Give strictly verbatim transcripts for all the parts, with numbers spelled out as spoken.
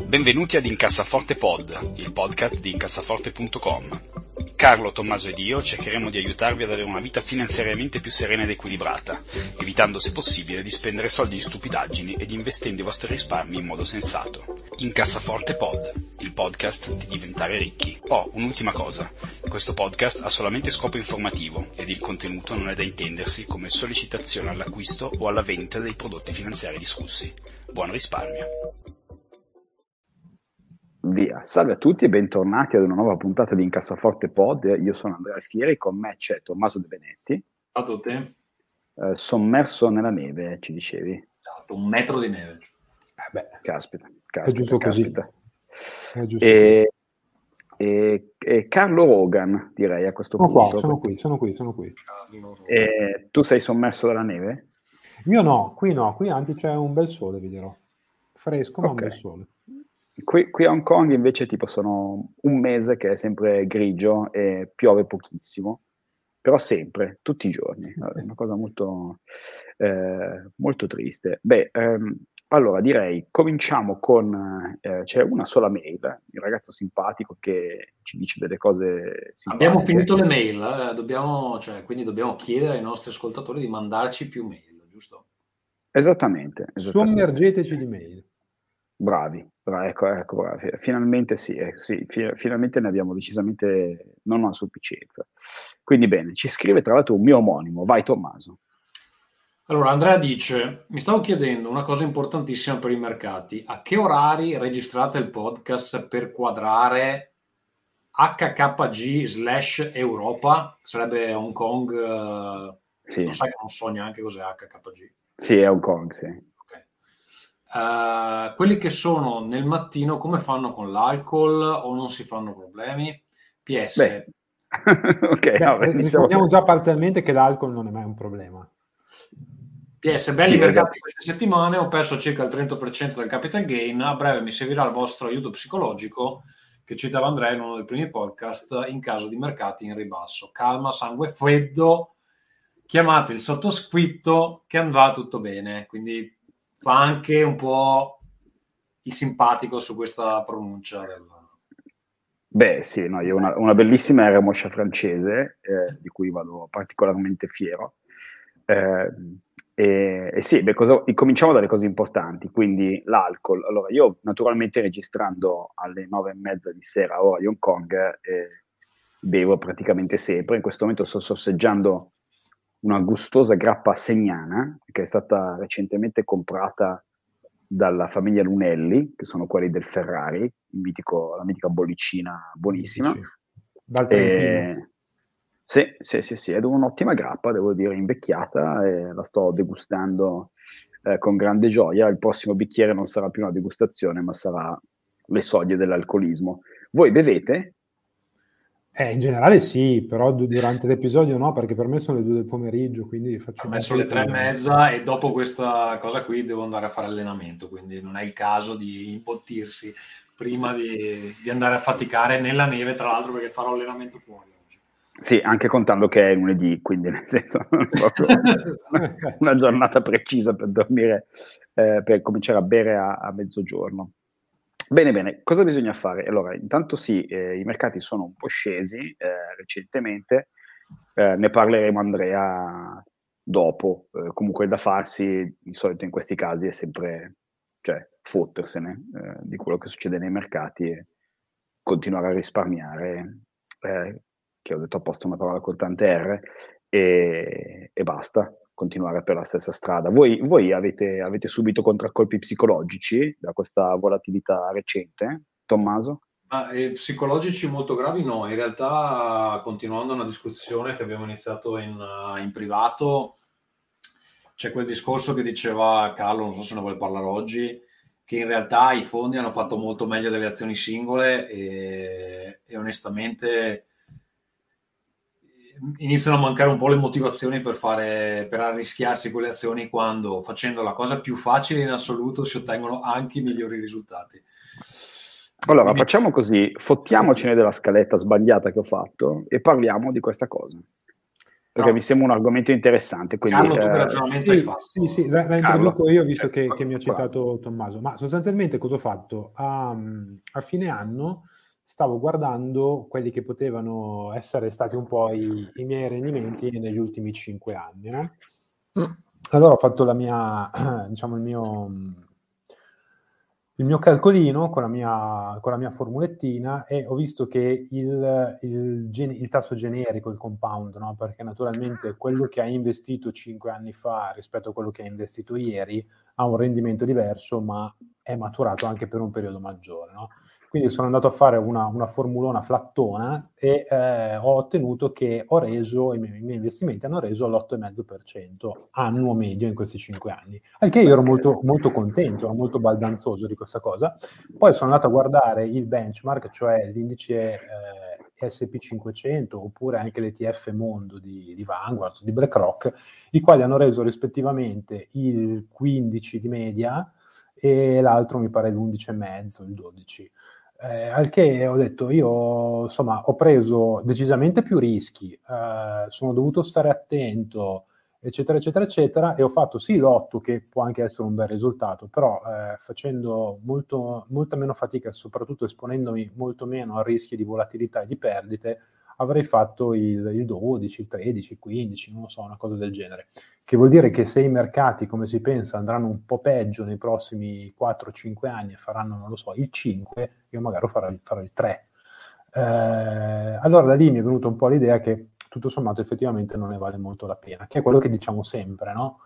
Benvenuti ad Incassaforte Pod, il podcast di incassaforte punto com. Carlo, Tommaso ed io cercheremo di aiutarvi ad avere una vita finanziariamente più serena ed equilibrata, evitando se possibile di spendere soldi in stupidaggini ed investendo i vostri risparmi in modo sensato. Incassaforte Pod, il podcast di diventare ricchi. Oh, un'ultima cosa, questo podcast ha solamente scopo informativo ed il contenuto non è da intendersi come sollecitazione all'acquisto o alla vendita dei prodotti finanziari discussi. Buon risparmio. Via. Salve a tutti e bentornati ad una nuova puntata di Incassaforte Pod. Io sono Andrea Alfieri, con me c'è Tommaso De Benetti. Ciao a tutti. Eh, sommerso nella neve, ci dicevi? Esatto, un metro di neve. Eh beh, caspita, caspita, è giusto caspita. Così. È giusto e, e, e Carlo Rogan, direi a questo sono punto. Qua, sono qui, sono qui, sono qui. E tu sei sommerso dalla neve? Io no, qui no, qui anche c'è un bel sole, vi dirò. Fresco, ma Okay. un bel sole. Qui, qui a Hong Kong invece tipo sono un mese che è sempre grigio e piove pochissimo, però sempre, tutti i giorni. È una cosa molto, eh, molto triste. Beh, ehm, allora direi cominciamo con, eh, c'è una sola mail, il ragazzo simpatico che ci dice delle cose simpatiche. Abbiamo finito le mail, eh, dobbiamo, cioè, quindi dobbiamo chiedere ai nostri ascoltatori di mandarci più mail, giusto? Esattamente. esattamente. Sommergeteci di mail. Bravi, bravi, ecco, ecco, bravi. Finalmente sì, eh, sì, fi- finalmente ne abbiamo decisamente non a sufficienza. Quindi bene, ci scrive tra l'altro un mio omonimo, vai Tommaso. Allora, Andrea dice, mi stavo chiedendo una cosa importantissima per i mercati, a che orari registrate il podcast per quadrare H K G slash Europa? Sarebbe Hong Kong, eh, Sì. non sai, non so neanche cos'è H K G. Sì, è Hong Kong, sì. Uh, quelli che sono nel mattino come fanno con l'alcol o non si fanno problemi? P S Beh. ok, Beh, no, rispondiamo diciamo... già parzialmente che l'alcol non è mai un problema. P S, belli Sì, mercati esatto. queste settimane, ho perso circa il trenta per cento del capital gain, a breve mi servirà il vostro aiuto psicologico che citava Andrea in uno dei primi podcast in caso di mercati in ribasso. Calma, sangue freddo, chiamate il sottoscritto che andrà tutto bene, quindi fa anche un po' il simpatico su questa pronuncia. Del... Beh, sì, no, io ho una, una bellissima R moscia francese, eh, di cui vado particolarmente fiero. Eh, e, e sì, beh, cosa, cominciamo dalle cose importanti, quindi l'alcol. Allora, io naturalmente registrando alle nove e mezza di sera ora di Hong Kong, eh, bevo praticamente sempre. In questo momento sto sorseggiando una gustosa grappa segnana, che è stata recentemente comprata dalla famiglia Lunelli, che sono quelli del Ferrari, il mitico, la mitica bollicina buonissima. Dal Trentino. E, sì, sì, sì, sì, ed è un'ottima grappa, devo dire, invecchiata, e la sto degustando eh, con grande gioia. Il prossimo bicchiere non sarà più una degustazione, ma sarà le soglie dell'alcolismo. Voi bevete? Eh, in generale sì, però du- durante l'episodio no, perché per me sono le due del pomeriggio, quindi faccio... Per me sono le tre e mezza e dopo questa cosa qui devo andare a fare allenamento, quindi non è il caso di imbottirsi prima di, di andare a faticare nella neve, tra l'altro perché farò allenamento fuori oggi. Sì, anche contando che è lunedì, quindi nel senso non è proprio una, una giornata precisa per dormire, eh, per cominciare a bere a, a mezzogiorno. Bene, bene, cosa bisogna fare? Allora, intanto sì, eh, i mercati sono un po' scesi eh, recentemente, eh, ne parleremo Andrea dopo, eh, comunque da farsi di solito in questi casi è sempre, cioè, fottersene eh, di quello che succede nei mercati e continuare a risparmiare, eh, che ho detto apposta una parola con tante R, e, e basta, continuare per la stessa strada. Voi, voi avete, avete subito contraccolpi psicologici da questa volatilità recente, Tommaso? Ma, eh, psicologici molto gravi no, in realtà continuando una discussione che abbiamo iniziato in, uh, in privato, c'è quel discorso che diceva Carlo, non so se ne vuole parlare oggi, che in realtà i fondi hanno fatto molto meglio delle azioni singole e, e onestamente iniziano a mancare un po' le motivazioni per fare, per arrischiarsi quelle azioni quando facendo la cosa più facile in assoluto si ottengono anche i migliori risultati. Allora, Quindi, facciamo così, fottiamocene della scaletta sbagliata che ho fatto e parliamo di questa cosa. perché no. mi sembra un argomento interessante. Quindi, Carlo, tu eh, che ragionamento sì, hai fatto? Sì, sì, la, la introduco io, visto che, che mi ha citato Tommaso. Ma sostanzialmente cosa ho fatto? A, a fine anno stavo guardando quelli che potevano essere stati un po' i, i miei rendimenti negli ultimi cinque anni, no? Allora ho fatto la mia, diciamo, il mio... il mio calcolino con la mia, con la mia formulettina e ho visto che il, il, il tasso generico, il compound, no? Perché naturalmente quello che hai investito cinque anni fa rispetto a quello che hai investito ieri ha un rendimento diverso, ma è maturato anche per un periodo maggiore, no? Quindi sono andato a fare una, una formulona flattona e eh, ho ottenuto che ho reso, i miei, i miei investimenti hanno reso l'otto virgola cinque per cento annuo medio in questi cinque anni. Anche io ero molto, molto contento, ero molto baldanzoso di questa cosa. Poi sono andato a guardare il benchmark, cioè l'indice eh, S and P cinquecento, oppure anche l'E T F Mondo di, di Vanguard, di BlackRock, i quali hanno reso rispettivamente il quindici di media e l'altro mi pare l'undici virgola cinque, il dodici. Eh, al che ho detto, io insomma ho preso decisamente più rischi, eh, sono dovuto stare attento, eccetera, eccetera, eccetera, e ho fatto sì l'otto, che può anche essere un bel risultato, però eh, facendo molto, molta meno fatica, soprattutto esponendomi molto meno a rischi di volatilità e di perdite, avrei fatto il, il dodici, il tredici, il quindici, non lo so, una cosa del genere. Che vuol dire che se i mercati, come si pensa, andranno un po' peggio nei prossimi quattro cinque anni e faranno, non lo so, il cinque, io magari farò, farò il tre. Eh, allora da lì mi è venuta un po' l'idea che tutto sommato effettivamente non ne vale molto la pena, che è quello che diciamo sempre, no?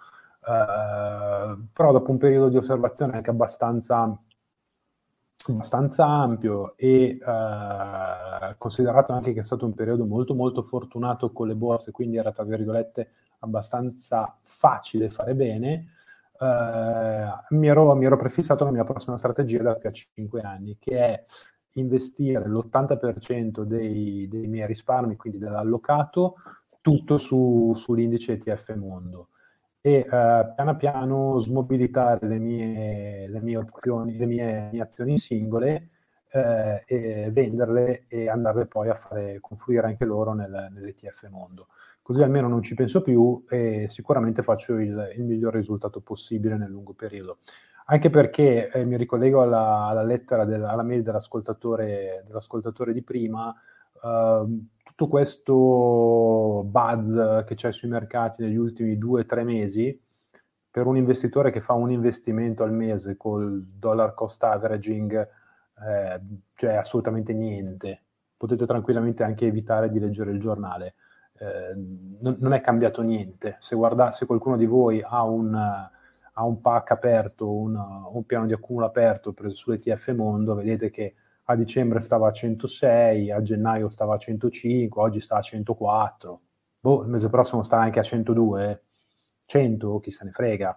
Eh, però dopo un periodo di osservazione anche abbastanza, abbastanza ampio e eh, considerato anche che è stato un periodo molto molto fortunato con le borse, quindi era tra virgolette abbastanza facile fare bene, eh, mi, ero, mi ero prefissato la mia prossima strategia da qui a cinque anni, che è investire l'ottanta per cento dei, dei miei risparmi, quindi dell'allocato, tutto su, sull'indice E T F Mondo e eh, piano piano smobilitare le mie, le mie opzioni, le mie, mie azioni singole eh, e venderle e andarle poi a fare confluire anche loro nel, nell'E T F Mondo. Così almeno non ci penso più e sicuramente faccio il, il miglior risultato possibile nel lungo periodo. Anche perché eh, mi ricollego alla, alla lettera, del, alla mail dell'ascoltatore, dell'ascoltatore di prima, eh, tutto questo buzz che c'è sui mercati negli ultimi due o tre mesi, per un investitore che fa un investimento al mese col dollar cost averaging, eh, cioè assolutamente niente. Potete tranquillamente anche evitare di leggere il giornale. Eh, non, non è cambiato niente. Se, guarda, se qualcuno di voi ha un, ha un pack aperto, un, un piano di accumulo aperto preso sull'E T F Mondo, vedete che a dicembre stava a centosei, a gennaio stava a centocinque, oggi sta a centoquattro. Boh, il mese prossimo starà anche a centodue, cento, chi se ne frega.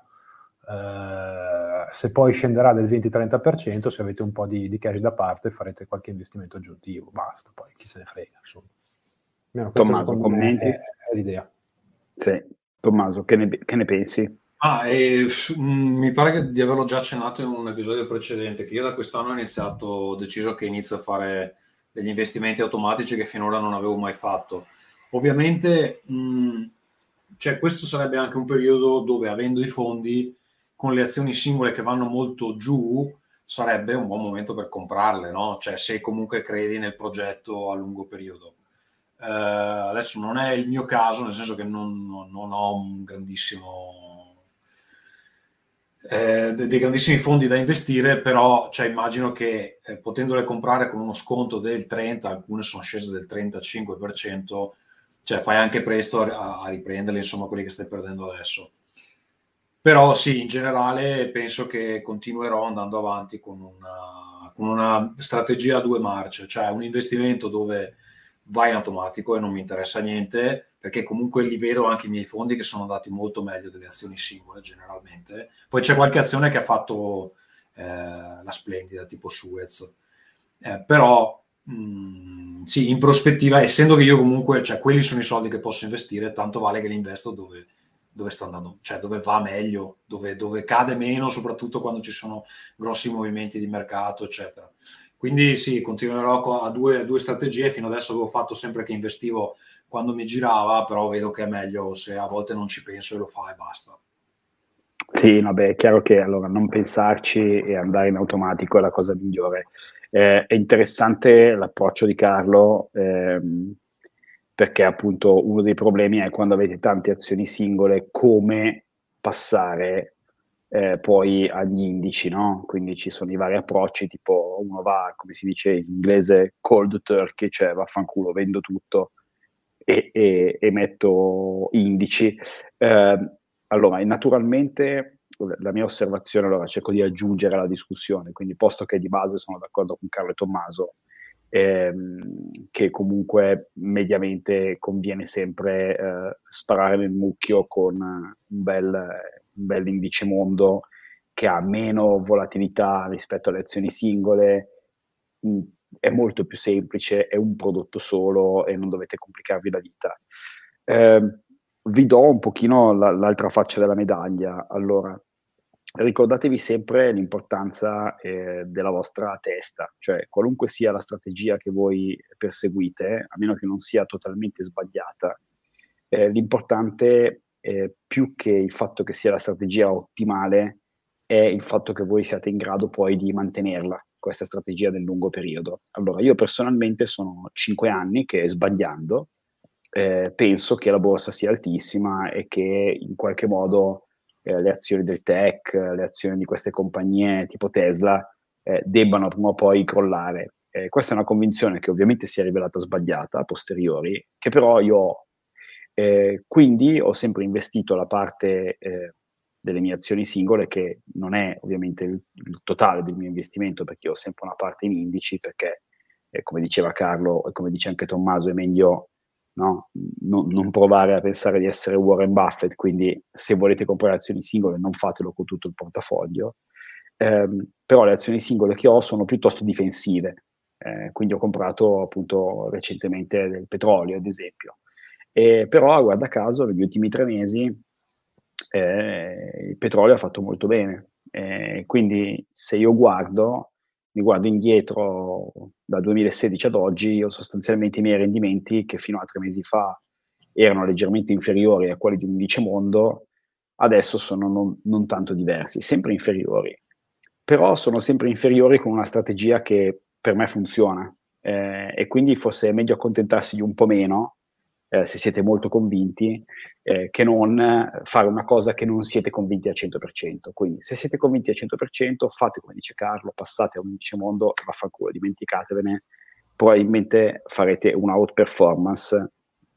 Uh, se poi scenderà del venti-trenta per cento, se avete un po' di, di cash da parte, farete qualche investimento aggiuntivo. Basta, poi chi se ne frega, insomma. Almeno Tommaso, commenti? È, è l'idea. Sì. Tommaso, che ne, che ne pensi? Ah, e, mh, mi pare che di averlo già accennato in un episodio precedente, che io da quest'anno ho iniziato, ho deciso che inizio a fare degli investimenti automatici che finora non avevo mai fatto. Ovviamente, mh, cioè, questo sarebbe anche un periodo dove, avendo i fondi, con le azioni singole che vanno molto giù, sarebbe un buon momento per comprarle, no? Cioè, se comunque credi nel progetto a lungo periodo. Uh, adesso non è il mio caso, nel senso che non, non, non ho un grandissimo eh, dei grandissimi fondi da investire, però cioè, immagino che eh, potendole comprare con uno sconto del trenta, alcune sono scese del trentacinque per cento, cioè fai anche presto a, a riprenderle, insomma, quelli che stai perdendo adesso. Però sì, in generale penso che continuerò andando avanti con una, con una strategia a due marce, cioè un investimento dove va in automatico e non mi interessa niente, perché comunque li vedo anche i miei fondi che sono andati molto meglio delle azioni singole generalmente. Poi c'è qualche azione che ha fatto eh, la splendida, tipo Suez, eh, però mh, sì, in prospettiva, essendo che io comunque, cioè quelli sono i soldi che posso investire, tanto vale che li investo dove, dove sta andando, cioè dove va meglio, dove, dove cade meno, soprattutto quando ci sono grossi movimenti di mercato, eccetera. Quindi sì, continuerò a due, a due strategie. Fino adesso avevo fatto sempre che investivo quando mi girava, però vedo che è meglio se a volte non ci penso e lo fa e basta. Sì, vabbè, è chiaro che allora non pensarci e andare in automatico è la cosa migliore. Eh, è interessante l'approccio di Carlo, ehm, perché appunto uno dei problemi è quando avete tante azioni singole, come passare eh, poi agli indici, no? Quindi ci sono i vari approcci, tipo uno va, come si dice in inglese, cold turkey, cioè vaffanculo, vendo tutto e, e, e metto indici. Eh, allora, naturalmente la mia osservazione, allora cerco di aggiungere alla discussione, quindi posto che di base sono d'accordo con Carlo e Tommaso, ehm, che comunque mediamente conviene sempre eh, sparare nel mucchio con un bel, un bel indice mondo che ha meno volatilità rispetto alle azioni singole, mh, è molto più semplice, è un prodotto solo e non dovete complicarvi la vita. Eh, vi do un pochino la, l'altra faccia della medaglia. Allora, ricordatevi sempre l'importanza eh, della vostra testa, cioè qualunque sia la strategia che voi perseguite, a meno che non sia totalmente sbagliata, eh, l'importante eh, più che il fatto che sia la strategia ottimale è il fatto che voi siate in grado poi di mantenerla, questa strategia nel lungo periodo. Allora, io personalmente sono cinque anni che sbagliando eh, penso che la borsa sia altissima e che in qualche modo eh, le azioni del tech, le azioni di queste compagnie tipo Tesla eh, debbano prima o poi crollare. Eh, questa è una convinzione che ovviamente si è rivelata sbagliata a posteriori, che però io ho. Eh, quindi ho sempre investito la parte eh, delle mie azioni singole, che non è ovviamente il, il totale del mio investimento, perché ho sempre una parte in indici, perché eh, come diceva Carlo e come dice anche Tommaso, è meglio no? non, non provare a pensare di essere Warren Buffett, quindi se volete comprare azioni singole non fatelo con tutto il portafoglio, eh, però le azioni singole che ho sono piuttosto difensive, eh, quindi ho comprato appunto recentemente del petrolio ad esempio, e però guarda caso negli ultimi tre mesi eh, il petrolio ha fatto molto bene, eh, quindi se io guardo mi guardo indietro dal duemilasedici ad oggi, io sostanzialmente i miei rendimenti, che fino a tre mesi fa erano leggermente inferiori a quelli di un indice mondo, adesso sono non, non tanto diversi, sempre inferiori, però sono sempre inferiori con una strategia che per me funziona, eh, e quindi forse è meglio accontentarsi di un po' meno, eh, se siete molto convinti, eh, che non fare una cosa che non siete convinti al cento per cento. Quindi se siete convinti al cento per cento fate come dice Carlo, passate a un indice mondo e vaffanculo, dimenticatevene, probabilmente farete una outperformance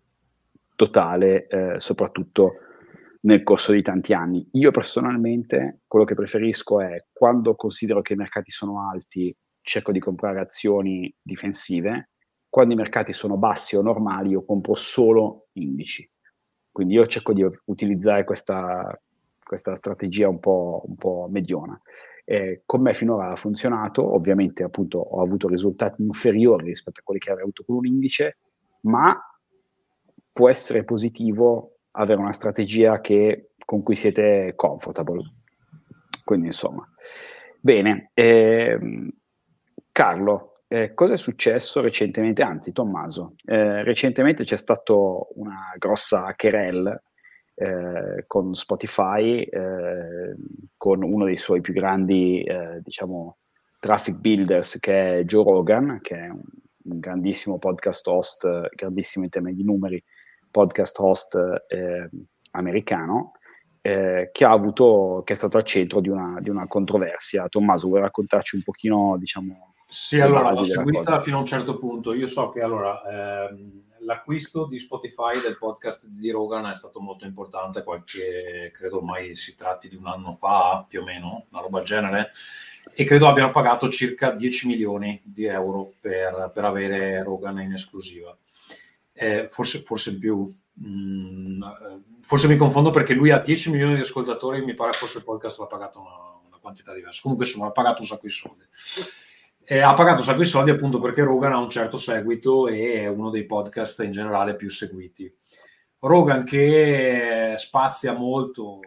totale, eh, soprattutto nel corso di tanti anni. Io personalmente quello che preferisco è, quando considero che i mercati sono alti, cerco di comprare azioni difensive, quando i mercati sono bassi o normali io compro solo indici. Quindi io cerco di utilizzare questa, questa strategia un po', un po' mediona. Eh, con me finora ha funzionato, ovviamente appunto ho avuto risultati inferiori rispetto a quelli che avrei avuto con un indice, ma può essere positivo avere una strategia che, con cui siete comfortable. Quindi insomma. Bene, ehm, Carlo, eh, cosa è successo recentemente? Anzi, Tommaso, eh, recentemente c'è stato una grossa querelle eh, con Spotify, eh, con uno dei suoi più grandi, eh, diciamo, traffic builders, che è Joe Rogan, che è un, un grandissimo podcast host, grandissimo in termini di numeri, podcast host eh, americano, eh, che ha avuto, che è stato al centro di una, di una controversia. Tommaso, vuoi raccontarci un pochino, diciamo, sì, allora l'ho seguita fino a un certo punto. Io so che allora ehm, l'acquisto di Spotify del podcast di Rogan è stato molto importante, qualche, credo ormai si tratti di un anno fa, più o meno, una roba del genere, e credo abbiano pagato circa dieci milioni di euro per, per avere Rogan in esclusiva. Eh, forse, forse più. Mm, forse mi confondo, perché lui ha dieci milioni di ascoltatori, mi pare forse il podcast l'ha pagato una, una quantità diversa. Comunque insomma ha pagato un sacco di soldi. Eh, ha pagato un sacco di soldi appunto perché Rogan ha un certo seguito e è uno dei podcast in generale più seguiti. Rogan che spazia molto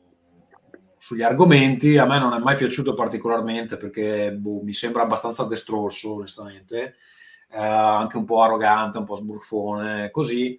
sugli argomenti, a me non è mai piaciuto particolarmente perché boh, mi sembra abbastanza destrorso, onestamente, eh, anche un po' arrogante, un po' sbruffone, così.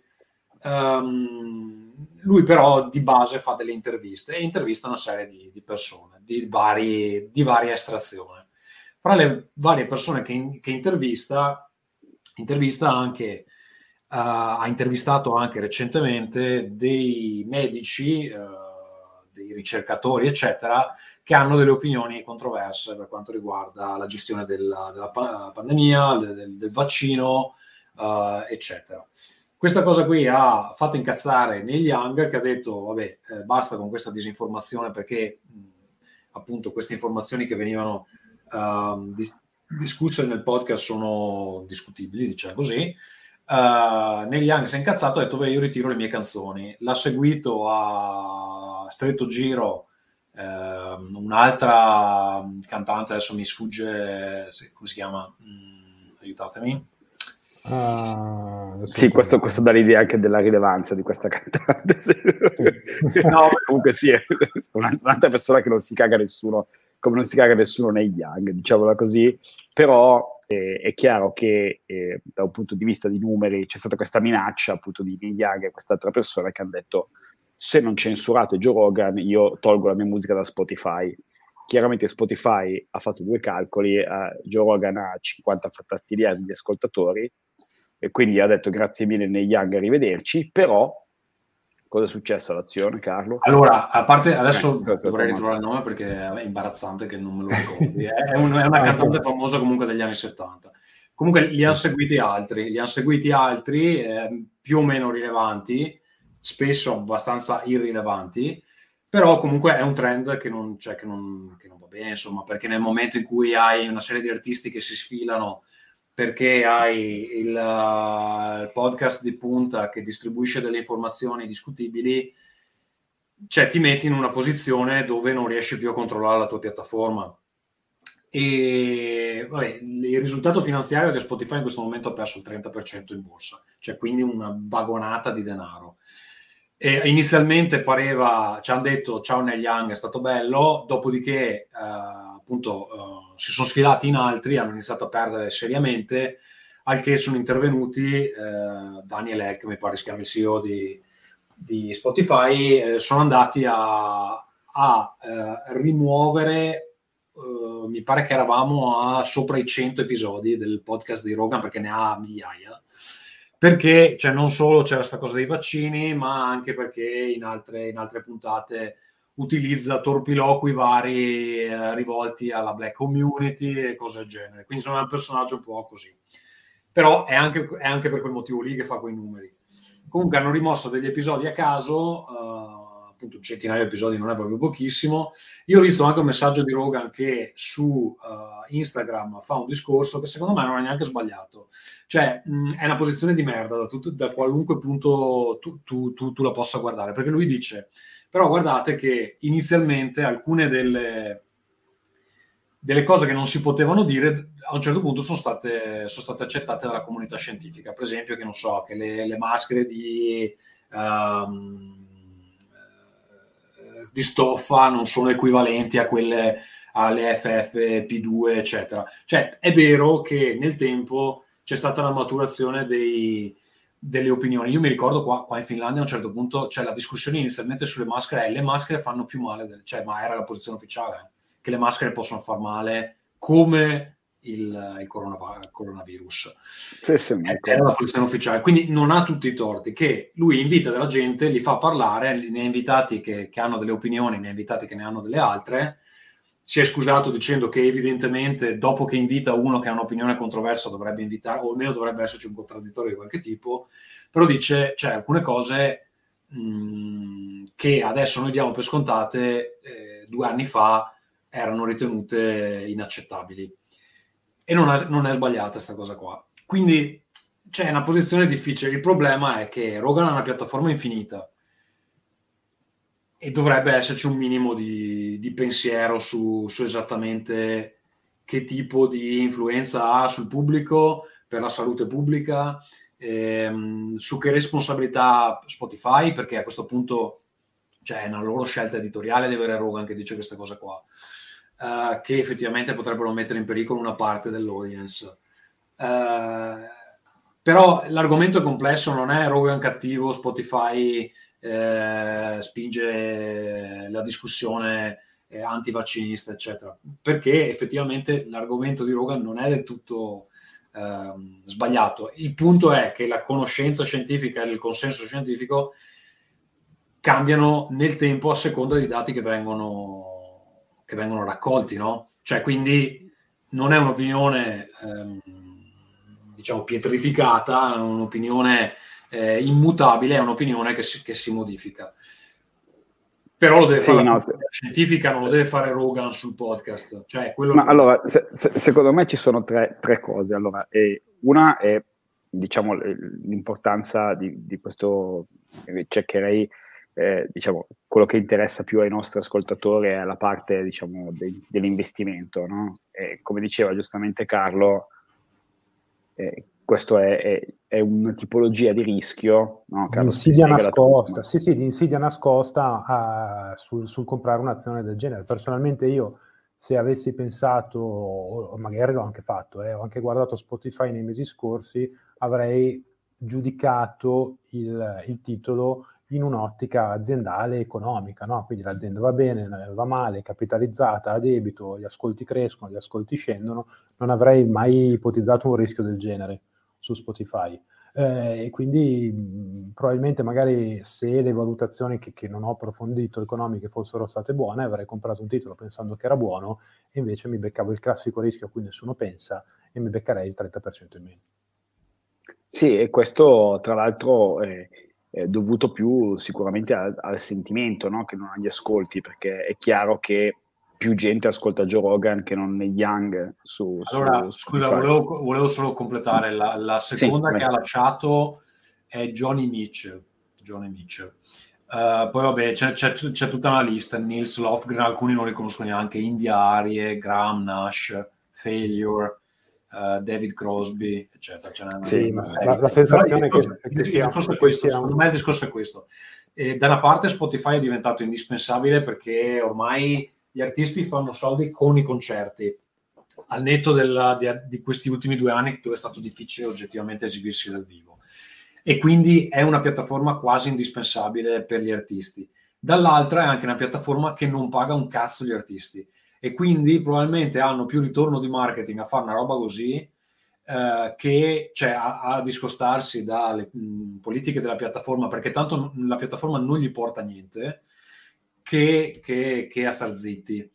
Um, lui però di base fa delle interviste e intervista una serie di, di persone di, vari, di varia estrazione. Fra le varie persone che, in, che intervista, intervista anche, uh, ha intervistato anche recentemente dei medici, uh, dei ricercatori, eccetera, che hanno delle opinioni controverse per quanto riguarda la gestione della, della pandemia, del, del vaccino, uh, eccetera. Questa cosa qui ha fatto incazzare Neil Young, che ha detto vabbè, eh, basta con questa disinformazione perché mh, appunto queste informazioni che venivano uh, di- discusse nel podcast sono discutibili, diciamo così. Uh, Neil Young si è incazzato e ha detto beh, io ritiro le mie canzoni. L'ha seguito a stretto giro eh, un'altra cantante, adesso mi sfugge, come si chiama? Mm, aiutatemi. Uh, sì, questo, questo dà l'idea anche della rilevanza di questa cantante. No, comunque sì, è un'altra persona che non si caga nessuno, come non si caga nessuno nei Young, diciamola così, però eh, è chiaro che eh, da un punto di vista di numeri c'è stata questa minaccia appunto di Neil Young e quest'altra persona che hanno detto se non censurate Joe Rogan io tolgo la mia musica da Spotify. Chiaramente Spotify ha fatto due calcoli, eh, Joe Rogan ha cinquanta fantastigliardi di ascoltatori e quindi ha detto grazie mille Neil Young, arrivederci, però cosa è successo all'azione, Carlo? Allora, a parte adesso eh, dovrei ritrovare il nome perché è imbarazzante che non me lo ricordi, è, un, è una cantante famosa comunque degli anni settanta. Comunque li hanno seguiti altri, li hanno seguiti altri eh, più o meno rilevanti, spesso abbastanza irrilevanti, però comunque è un trend che non, cioè, che non, che non va bene, insomma, perché nel momento in cui hai una serie di artisti che si sfilano perché hai il, uh, il podcast di punta che distribuisce delle informazioni discutibili, cioè ti metti in una posizione dove non riesci più a controllare la tua piattaforma. E vabbè, il risultato finanziario è che Spotify in questo momento ha perso il trenta per cento in borsa, cioè quindi una vagonata di denaro. E inizialmente pareva, ci hanno detto ciao Neil Young, è stato bello, dopodiché uh, appunto uh, si sono sfilati in altri, hanno iniziato a perdere seriamente, al che sono intervenuti uh, Daniel Ek, mi pare si chiama il C E O di, di Spotify, eh, sono andati a, a uh, rimuovere, uh, mi pare che eravamo a sopra i cento episodi del podcast di Rogan, perché ne ha migliaia. Perché cioè, non solo c'era questa cosa dei vaccini, ma anche perché in altre, in altre puntate utilizza torpiloqui vari eh, rivolti alla black community e cose del genere. Quindi sono un personaggio un po' così. Però è anche, è anche per quel motivo lì che fa quei numeri. Comunque hanno rimosso degli episodi a caso, uh, appunto un centinaio di episodi non è proprio pochissimo. Io ho visto anche un messaggio di Rogan che su uh, Instagram fa un discorso che secondo me non è neanche sbagliato. Cioè, mh, è una posizione di merda da, tutto, da qualunque punto tu, tu, tu, tu la possa guardare, perché lui dice, però guardate che inizialmente alcune delle, delle cose che non si potevano dire a un certo punto sono state, sono state accettate dalla comunità scientifica, per esempio che non so, che le, le maschere di, um, di stoffa non sono equivalenti a quelle alle F F P due, eccetera. Cioè, è vero che nel tempo c'è stata la maturazione dei, delle opinioni. Io mi ricordo qua, qua in Finlandia a un certo punto c'è la discussione inizialmente sulle maschere, e le maschere fanno più male, del, cioè, ma era la posizione ufficiale, eh, che le maschere possono far male come il, il coronav- coronavirus. Sì, sì, era la posizione ufficiale, quindi non ha tutti i torti, che lui invita della gente, li fa parlare, ne ha invitati che, che hanno delle opinioni, ne ha invitati che ne hanno delle altre. Si è scusato dicendo che evidentemente dopo che invita uno che ha un'opinione controversa dovrebbe invitare, o almeno dovrebbe esserci un contraddittorio di qualche tipo, però dice, cioè, alcune cose mh, che adesso noi diamo per scontate, eh, due anni fa erano ritenute inaccettabili. E non è, non è sbagliata questa cosa qua. Quindi c'è una posizione difficile. Il problema è che Rogan ha una piattaforma infinita e dovrebbe esserci un minimo di, di pensiero su, su esattamente che tipo di influenza ha sul pubblico, per la salute pubblica, ehm, su che responsabilità Spotify, perché a questo punto c'è una loro scelta editoriale di avere Rogan che dice queste cose qua, uh, che effettivamente potrebbero mettere in pericolo una parte dell'audience. Uh, però l'argomento è complesso, non è Rogan cattivo, Spotify eh, spinge la discussione eh, antivaccinista, eccetera, perché effettivamente l'argomento di Rogan non è del tutto eh, sbagliato. Il punto è che la conoscenza scientifica e il consenso scientifico cambiano nel tempo a seconda dei dati che vengono, che vengono raccolti, no? Cioè, quindi non è un'opinione ehm, diciamo pietrificata, è un'opinione eh, immutabile, è un'opinione che si, che si modifica. Però lo deve sì, fare no, la se... scientifica, non lo deve fare Rogan sul podcast. Cioè, quello Ma che... allora, se, se, secondo me ci sono tre, tre cose. Allora, eh, una è, diciamo, l'importanza di, di questo, cercherei, eh, diciamo, quello che interessa più ai nostri ascoltatori è la parte, diciamo, de, dell'investimento, no? E come diceva giustamente Carlo, eh, questo è, è, è una tipologia di rischio, no? Di insidia nascosta, sì sì, di insidia nascosta uh, sul, sul comprare un'azione del genere. Personalmente io, se avessi pensato, o magari l'ho anche fatto, eh, ho anche guardato Spotify nei mesi scorsi, avrei giudicato il, il titolo in un'ottica aziendale economica, no? Quindi l'azienda va bene, va male, è capitalizzata, a debito, gli ascolti crescono, gli ascolti scendono, non avrei mai ipotizzato un rischio del genere su Spotify. Eh, e quindi mh, probabilmente magari se le valutazioni che, che non ho approfondito economiche fossero state buone, avrei comprato un titolo pensando che era buono e invece mi beccavo il classico rischio a cui nessuno pensa e mi beccherei il trenta per cento in meno. Sì, e questo tra l'altro è, è dovuto più sicuramente al, al sentimento, no? Che non agli ascolti, perché è chiaro che più gente ascolta Joe Rogan che non Young su, allora, su scusa, Spotify. volevo, volevo solo completare la, la seconda sì, che ha lasciato è Johnny Mitchell. Johnny Mitchell. Uh, poi vabbè, c'è, c'è, c'è tutta una lista, Nils Lofgren, alcuni non li conosco neanche, India Arie, Graham Nash, Failure, uh, David Crosby, eccetera. Ce n'è sì, una, ma la, la sensazione Però il discorso, è che, che sia, il discorso è che questo, sia secondo un... me il discorso è questo. E da una parte Spotify è diventato indispensabile perché ormai gli artisti fanno soldi con i concerti, al netto della, di, di questi ultimi due anni dove è stato difficile oggettivamente esibirsi dal vivo. E quindi è una piattaforma quasi indispensabile per gli artisti. Dall'altra è anche una piattaforma che non paga un cazzo gli artisti e quindi probabilmente hanno più ritorno di marketing a fare una roba così eh, che cioè, a, a discostarsi dalle mh, politiche della piattaforma, perché tanto la piattaforma non gli porta niente, che, che, che a star zitti.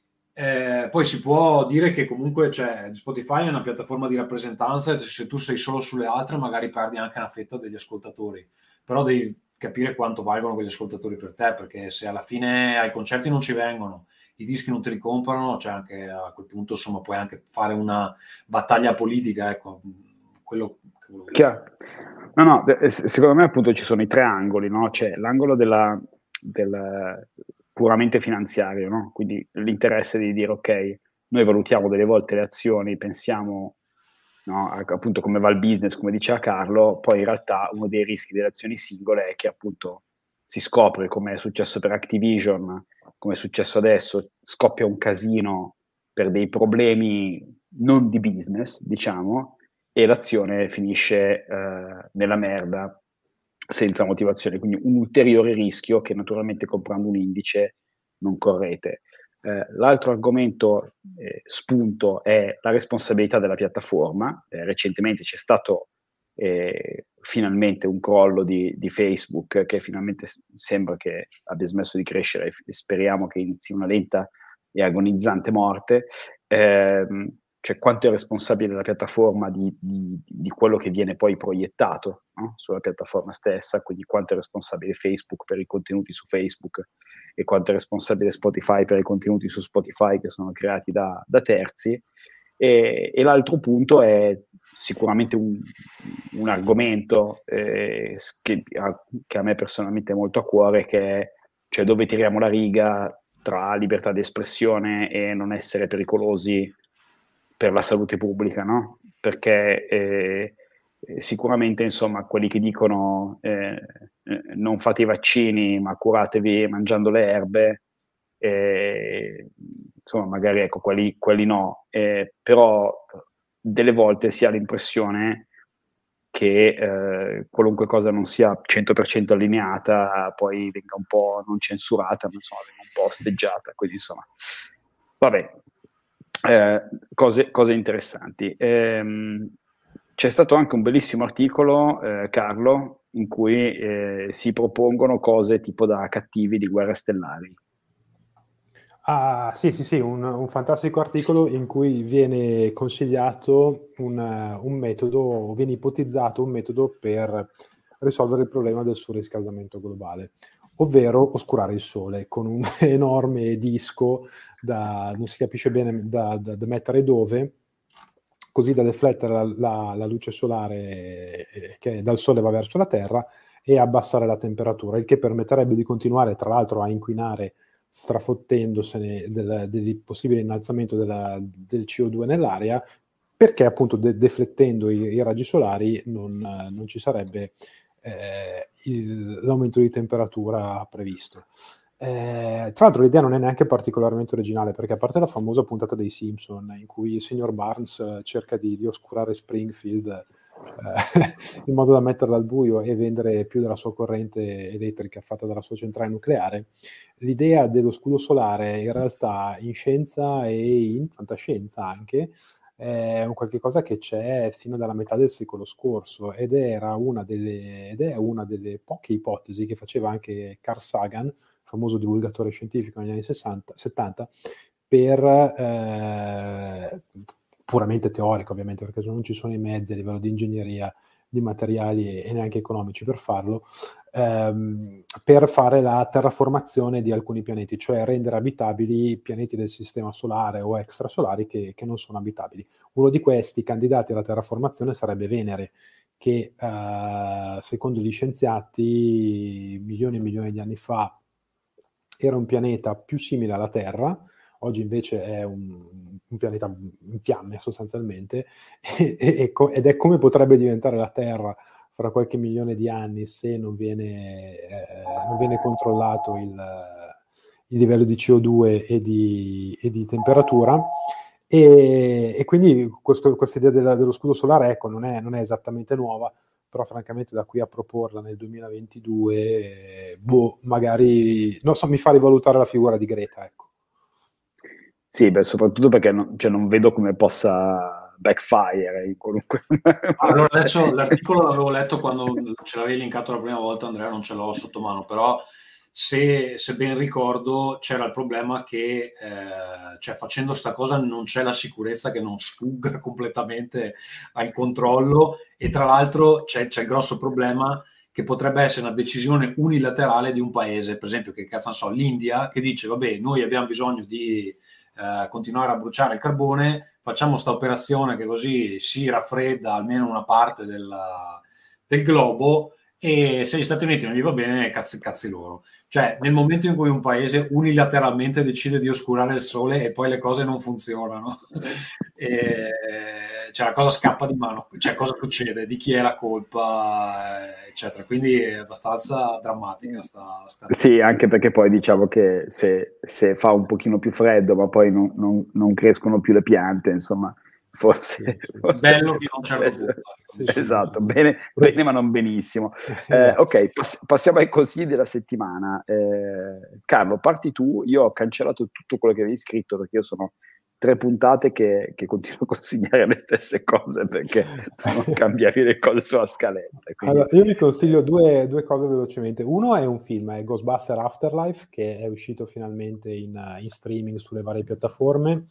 Eh, poi si può dire che comunque cioè, Spotify è una piattaforma di rappresentanza e se tu sei solo sulle altre magari perdi anche una fetta degli ascoltatori, però devi capire quanto valgono quegli ascoltatori per te, perché se alla fine ai concerti non ci vengono, i dischi non te li comprano, cioè anche a quel punto insomma puoi anche fare una battaglia politica, ecco, quello che volevo dire. No, no, secondo me appunto ci sono i tre angoli, no? C'è l'angolo della, del puramente finanziario, no? Quindi l'interesse di dire ok, noi valutiamo delle volte le azioni, pensiamo, no, appunto come va il business, come diceva Carlo, poi in realtà uno dei rischi delle azioni singole è che appunto si scopre, come è successo per Activision, come è successo adesso, scoppia un casino per dei problemi non di business, diciamo, e l'azione finisce eh, nella merda senza motivazione, quindi un ulteriore rischio che naturalmente comprando un indice non correte. Eh, l'altro argomento eh, spunto è la responsabilità della piattaforma. Eh, recentemente c'è stato eh, finalmente un crollo di, di Facebook che finalmente s- sembra che abbia smesso di crescere e speriamo che inizi una lenta e agonizzante morte. Eh, cioè quanto è responsabile la piattaforma di, di, di quello che viene poi proiettato, no? Sulla piattaforma stessa, quindi quanto è responsabile Facebook per i contenuti su Facebook e quanto è responsabile Spotify per i contenuti su Spotify che sono creati da, da terzi. E, e l'altro punto è sicuramente un, un argomento eh, che, a, che a me personalmente è molto a cuore, che è cioè dove tiriamo la riga tra libertà di espressione e non essere pericolosi per la salute pubblica, no? Perché eh, sicuramente, insomma, quelli che dicono eh, eh, non fate i vaccini, ma curatevi mangiando le erbe, eh, insomma, magari ecco, quelli, quelli no, eh, però delle volte si ha l'impressione che eh, qualunque cosa non sia cento per cento allineata poi venga un po' non censurata, ma insomma venga un po' osteggiata, quindi insomma, vabbè, eh, cose, cose interessanti. Ehm, c'è stato anche un bellissimo articolo, eh, Carlo, in cui eh, si propongono cose tipo da cattivi di Guerre Stellari. Ah, sì, sì, sì, un, un fantastico articolo in cui viene consigliato un, un metodo, viene ipotizzato un metodo per risolvere il problema del surriscaldamento globale, ovvero oscurare il sole con un enorme disco da, non si capisce bene da, da, da mettere dove, così da deflettere la, la, la luce solare che dal sole va verso la Terra e abbassare la temperatura, il che permetterebbe di continuare tra l'altro a inquinare strafottendosene del, del possibile innalzamento della, del C O due nell'aria, perché appunto de- deflettendo i, i raggi solari non, non ci sarebbe eh, il, l'aumento di temperatura previsto. Eh, tra l'altro l'idea non è neanche particolarmente originale, perché a parte la famosa puntata dei Simpson in cui il signor Barnes cerca di, di oscurare Springfield eh, in modo da metterla al buio e vendere più della sua corrente elettrica fatta dalla sua centrale nucleare, l'idea dello scudo solare in realtà in scienza e in fantascienza anche è un qualche cosa che c'è fino dalla metà del secolo scorso ed era una delle, ed è una delle poche ipotesi che faceva anche Carl Sagan, famoso divulgatore scientifico negli anni sessanta, settanta, per eh, puramente teorico ovviamente, perché non ci sono i mezzi a livello di ingegneria, di materiali e neanche economici per farlo, ehm, per fare la terraformazione di alcuni pianeti, cioè rendere abitabili pianeti del sistema solare o extrasolari che, che non sono abitabili. Uno di questi candidati alla terraformazione sarebbe Venere, che eh, secondo gli scienziati milioni e milioni di anni fa era un pianeta più simile alla Terra, oggi invece è un, un pianeta in fiamme sostanzialmente, e, e, ed è come potrebbe diventare la Terra fra qualche milione di anni se non viene, eh, non viene controllato il, il livello di C O due e di, e di temperatura. E, e quindi questa idea della, dello scudo solare, ecco, non è, non è esattamente nuova, però francamente da qui a proporla nel duemilaventidue, eh, boh, magari, non so, mi fa rivalutare la figura di Greta, ecco. Sì, beh, soprattutto perché non, cioè, non vedo come possa backfire in qualunque... Allora, adesso l'articolo l'avevo letto quando ce l'avevi linkato la prima volta, Andrea, non ce l'ho sotto mano, però se, se ben ricordo c'era il problema che eh, cioè, facendo sta cosa non c'è la sicurezza che non sfugga completamente al controllo, e tra l'altro c'è, c'è il grosso problema che potrebbe essere una decisione unilaterale di un paese, per esempio, che cazzo ne so, l'India, che dice vabbè, noi abbiamo bisogno di eh, continuare a bruciare il carbone, facciamo sta operazione che così si raffredda almeno una parte della, del globo, e se gli Stati Uniti non gli va bene, cazzi, cazzi loro. Cioè, nel momento in cui un paese unilateralmente decide di oscurare il sole e poi le cose non funzionano, e, cioè la cosa scappa di mano, cioè cosa succede, di chi è la colpa, eccetera. Quindi è abbastanza drammatica sta, sta... Sì, anche perché poi diciamo che se, se fa un pochino più freddo ma poi non, non, non crescono più le piante, insomma, forse... Sì, forse bello fino a un certo punto. Sì, sì, esatto, bene, bene ma non benissimo. Eh, Esatto. ok, pass- passiamo ai consigli della settimana. Eh, Carlo, parti tu. Io ho cancellato tutto quello che avevi scritto perché io sono tre puntate che, che continuo a consigliare le stesse cose perché tu non cambiavi le cose sulla scaletta. Quindi... Allora, io vi consiglio due, due cose velocemente. Uno è un film, è Ghostbuster Afterlife, che è uscito finalmente in, in streaming sulle varie piattaforme.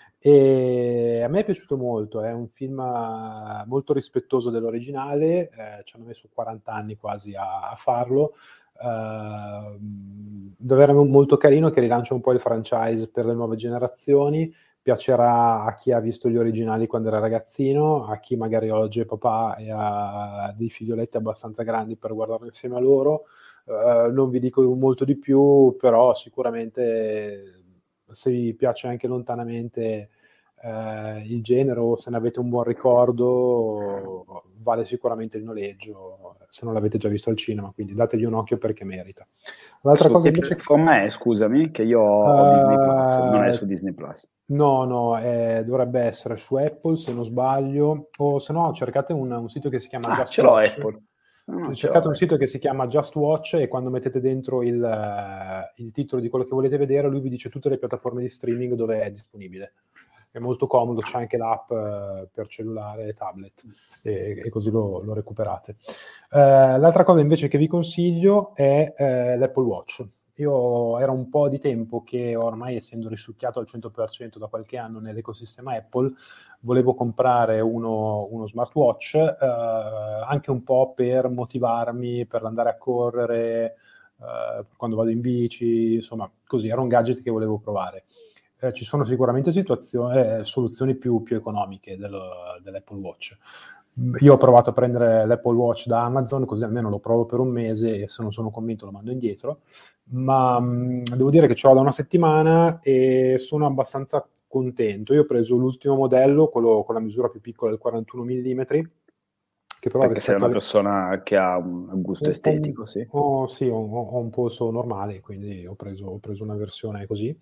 E a me è piaciuto molto, è un film molto rispettoso dell'originale, eh, ci hanno messo quaranta anni quasi a, a farlo, eh, davvero molto carino, che rilancia un po' il franchise per le nuove generazioni, piacerà a chi ha visto gli originali quando era ragazzino, a chi magari oggi è papà e ha dei figlioletti abbastanza grandi per guardarlo insieme a loro. Uh, non vi dico molto di più, però sicuramente se vi piace anche lontanamente uh, il genere o se ne avete un buon ricordo, vale sicuramente il noleggio, se non l'avete già visto al cinema, quindi dategli un occhio perché merita. L'altra su cosa che invece... piattaforma è, scusami, che io ho, ho Uh, Disney Plus, non è su Disney Plus. No, no, eh, dovrebbe essere su Apple se non sbaglio, o se no cercate un, un sito che si chiama Ah, Just ce l'ho Watch. Apple. No, no, cercate l'ho un sito che si chiama Just Watch e quando mettete dentro il, il titolo di quello che volete vedere, lui vi dice tutte le piattaforme di streaming dove è disponibile. È molto comodo, c'è anche l'app eh, per cellulare e tablet e, e così lo, lo recuperate. Eh, l'altra cosa invece che vi consiglio è eh, l'Apple Watch. Io era un po' di tempo che ormai, essendo risucchiato al cento per cento da qualche anno nell'ecosistema Apple, volevo comprare uno, uno smartwatch eh, anche un po' per motivarmi, per andare a correre, eh, quando vado in bici, insomma, così, era un gadget che volevo provare. Eh, ci sono sicuramente situazioni, eh, soluzioni più, più economiche dello, dell'Apple Watch. Io ho provato a prendere l'Apple Watch da Amazon, così almeno lo provo per un mese e se non sono convinto lo mando indietro, ma mh, devo dire che ce l'ho da una settimana e sono abbastanza contento. Io ho preso l'ultimo modello, quello con la misura più piccola del quarantuno millimetri, che però perché sei una alle... persona che ha un gusto estetico, un, sì. Oh, sì, ho, ho un polso normale, quindi ho preso, ho preso una versione così,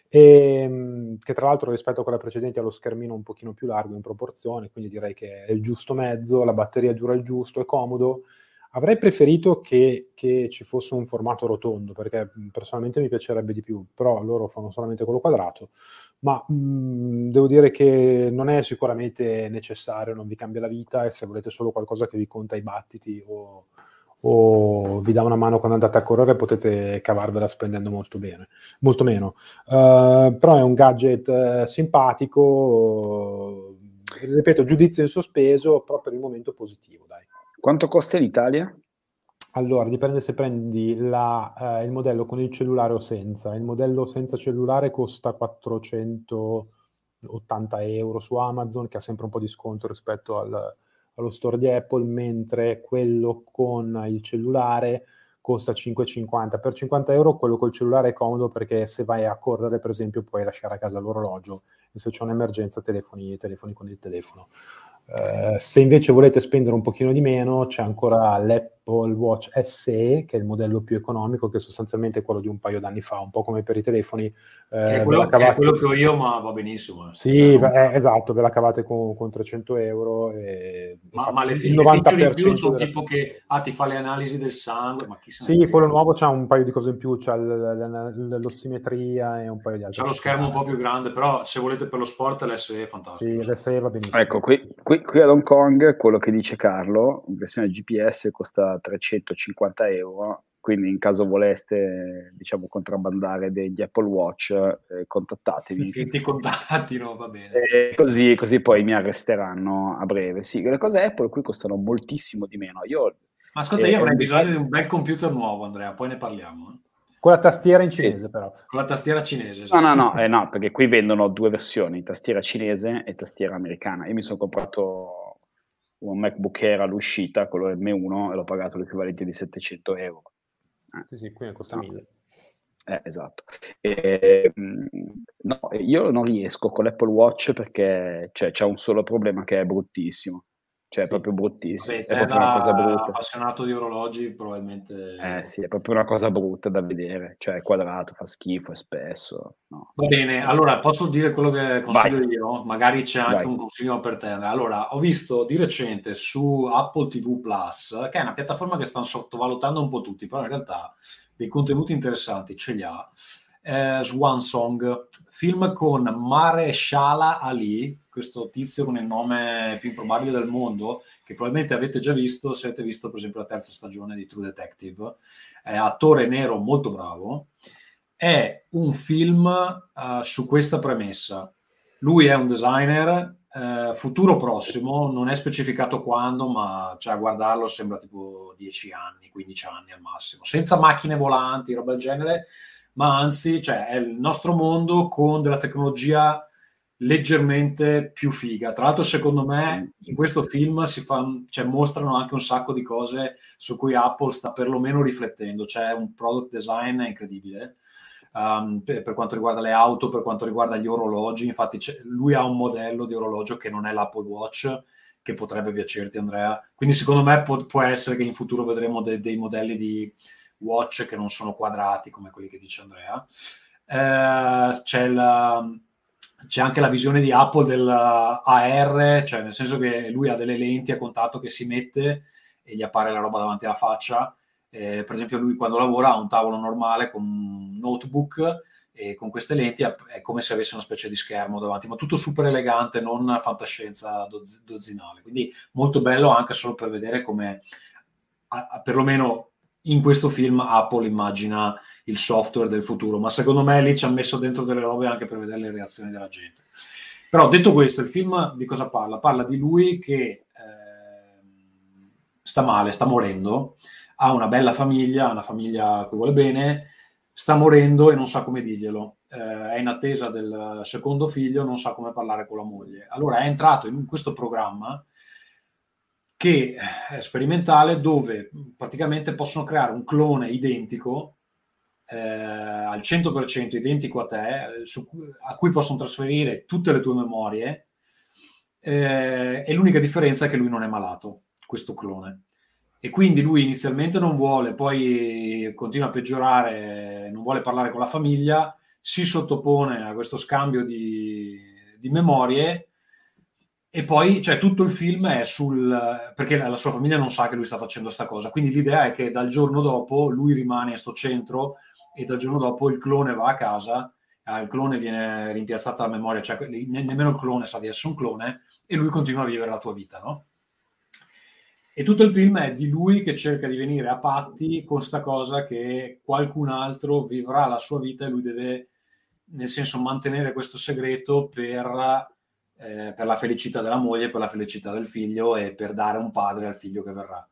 e, che tra l'altro rispetto a quella precedente ha lo schermino un pochino più largo in proporzione, quindi direi che è il giusto mezzo, la batteria dura il giusto, è comodo. Avrei preferito che, che ci fosse un formato rotondo, perché personalmente mi piacerebbe di più, però loro fanno solamente quello quadrato, ma mh, devo dire che non è sicuramente necessario, non vi cambia la vita, e se volete solo qualcosa che vi conta i battiti o, o vi dà una mano quando andate a correre, potete cavarvela spendendo molto bene, molto meno. Uh, però è un gadget uh, simpatico, ripeto, giudizio in sospeso, però per il momento positivo, dai. Quanto costa in Italia? Allora, dipende se prendi la, eh, il modello con il cellulare o senza. Il modello senza cellulare costa quattrocentottanta euro su Amazon, che ha sempre un po' di sconto rispetto al, allo store di Apple, mentre quello con il cellulare costa cinque e cinquanta. Per cinquanta euro quello col cellulare è comodo perché se vai a correre, per esempio, puoi lasciare a casa l'orologio e se c'è un'emergenza telefoni, telefoni con il telefono. Uh, se invece volete spendere un pochino di meno, c'è ancora l'Apple Watch S E, che è il modello più economico, che sostanzialmente è quello di un paio d'anni fa, un po' come per i telefoni. Uh, che, è quello, cavate... che è quello che ho io, ma va benissimo. Eh. Sì, cioè, non... eh, esatto, ve la cavate con, con trecento euro. E, ma, e ma le, il fi- novanta le per feature in più cento sono tipo che ah, ti fa le analisi del sangue, ma chi se ne Sì, frega. quello nuovo c'ha un paio di cose in più, c'ha l- l- l- l'ossimetria e un paio di altre c'ha lo cose. schermo un po' più grande, però se volete per lo sport l'S E è fantastico. Sì, l'S E va benissimo. Ecco, qui, qui, qui ad Hong Kong, quello che dice Carlo, in versione G P S costa trecentocinquanta euro, quindi in caso voleste, diciamo, contrabbandare degli Apple Watch, eh, contattatemi. Che ti contattino, va bene. E così, così poi mi arresteranno a breve. Sì, le cose Apple qui costano moltissimo di meno. Io, Ma ascolta, eh, io è avrei un bisogno dettaglio- di un bel computer nuovo, Andrea, poi ne parliamo. Eh. Con la tastiera in Sì. cinese, però. Con la tastiera cinese. No, Esatto. no, no, eh, no, perché qui vendono due versioni, tastiera cinese e tastiera americana. Io mi sono comprato un MacBook Air all'uscita, quello M uno, e l'ho pagato l'equivalente di settecento euro. Eh, Sì, sì, qui ne costa no. mille. Eh, esatto. E, mh, no, io non riesco con l'Apple Watch perché cioè, c'è un solo problema che è bruttissimo. Cioè, è Sì. proprio bruttissimo. Vabbè, È te proprio una cosa da brutta. appassionato di orologi probabilmente... Eh sì, è proprio una cosa brutta da vedere. Cioè, è quadrato, fa schifo, è spesso. No. Va bene, allora posso dire quello che consiglio Vai. io? Magari c'è anche Vai. un consiglio per te. Allora, ho visto di recente su Apple T V Plus, che è una piattaforma che stanno sottovalutando un po' tutti, però in realtà dei contenuti interessanti ce li ha. Eh, Swan Song, film con Mahershala Ali, questo tizio con il nome più improbabile del mondo, che probabilmente avete già visto se avete visto per esempio la terza stagione di True Detective. È attore nero molto bravo. È un film uh, su questa premessa. Lui è un designer, uh, futuro prossimo, non è specificato quando, ma cioè, a guardarlo sembra tipo dieci anni, quindici anni al massimo, senza macchine volanti, roba del genere, ma anzi, cioè, è il nostro mondo con della tecnologia leggermente più figa. Tra l'altro, secondo me, in questo film si fa, cioè, mostrano anche un sacco di cose su cui Apple sta perlomeno riflettendo. C'è un product design incredibile. Um, per, per quanto riguarda le auto, per quanto riguarda gli orologi, infatti lui ha un modello di orologio che non è l'Apple Watch, che potrebbe piacerti, Andrea. Quindi secondo me può, può essere che in futuro vedremo de, dei modelli di watch che non sono quadrati come quelli che dice Andrea. Eh, c'è, la, c'è anche la visione di Apple dell'A R, cioè nel senso che lui ha delle lenti a contatto che si mette e gli appare la roba davanti alla faccia. Eh, per esempio lui quando lavora ha un tavolo normale con un notebook e con queste lenti è come se avesse una specie di schermo davanti, ma tutto super elegante, non fantascienza doz- dozzinale. Quindi molto bello anche solo per vedere come, a, a, perlomeno in questo film, Apple immagina il software del futuro, ma secondo me lì ci ha messo dentro delle robe anche per vedere le reazioni della gente. Però detto questo, il film di cosa parla? Parla di lui che eh, sta male, sta morendo, ha una bella famiglia, una famiglia a cui vuole bene, sta morendo e non sa come dirglielo. Eh, è in attesa del secondo figlio, non sa come parlare con la moglie. Allora è entrato in questo programma che è sperimentale, dove praticamente possono creare un clone identico, eh, al cento per cento identico a te, su, a cui possono trasferire tutte le tue memorie, eh, e l'unica differenza è che lui non è malato, questo clone. E quindi lui inizialmente non vuole, poi continua a peggiorare, non vuole parlare con la famiglia, si sottopone a questo scambio di, di memorie, e poi cioè, tutto il film è sul... perché la, la sua famiglia non sa che lui sta facendo sta cosa, quindi l'idea è che dal giorno dopo lui rimane a sto centro e dal giorno dopo il clone va a casa, eh, il clone viene rimpiazzata la memoria, cioè ne, nemmeno il clone sa di essere un clone e lui continua a vivere la tua vita, no? E tutto il film è di lui che cerca di venire a patti con sta cosa che qualcun altro vivrà la sua vita e lui deve, nel senso, mantenere questo segreto per, eh, per la felicità della moglie, per la felicità del figlio e per dare un padre al figlio che verrà.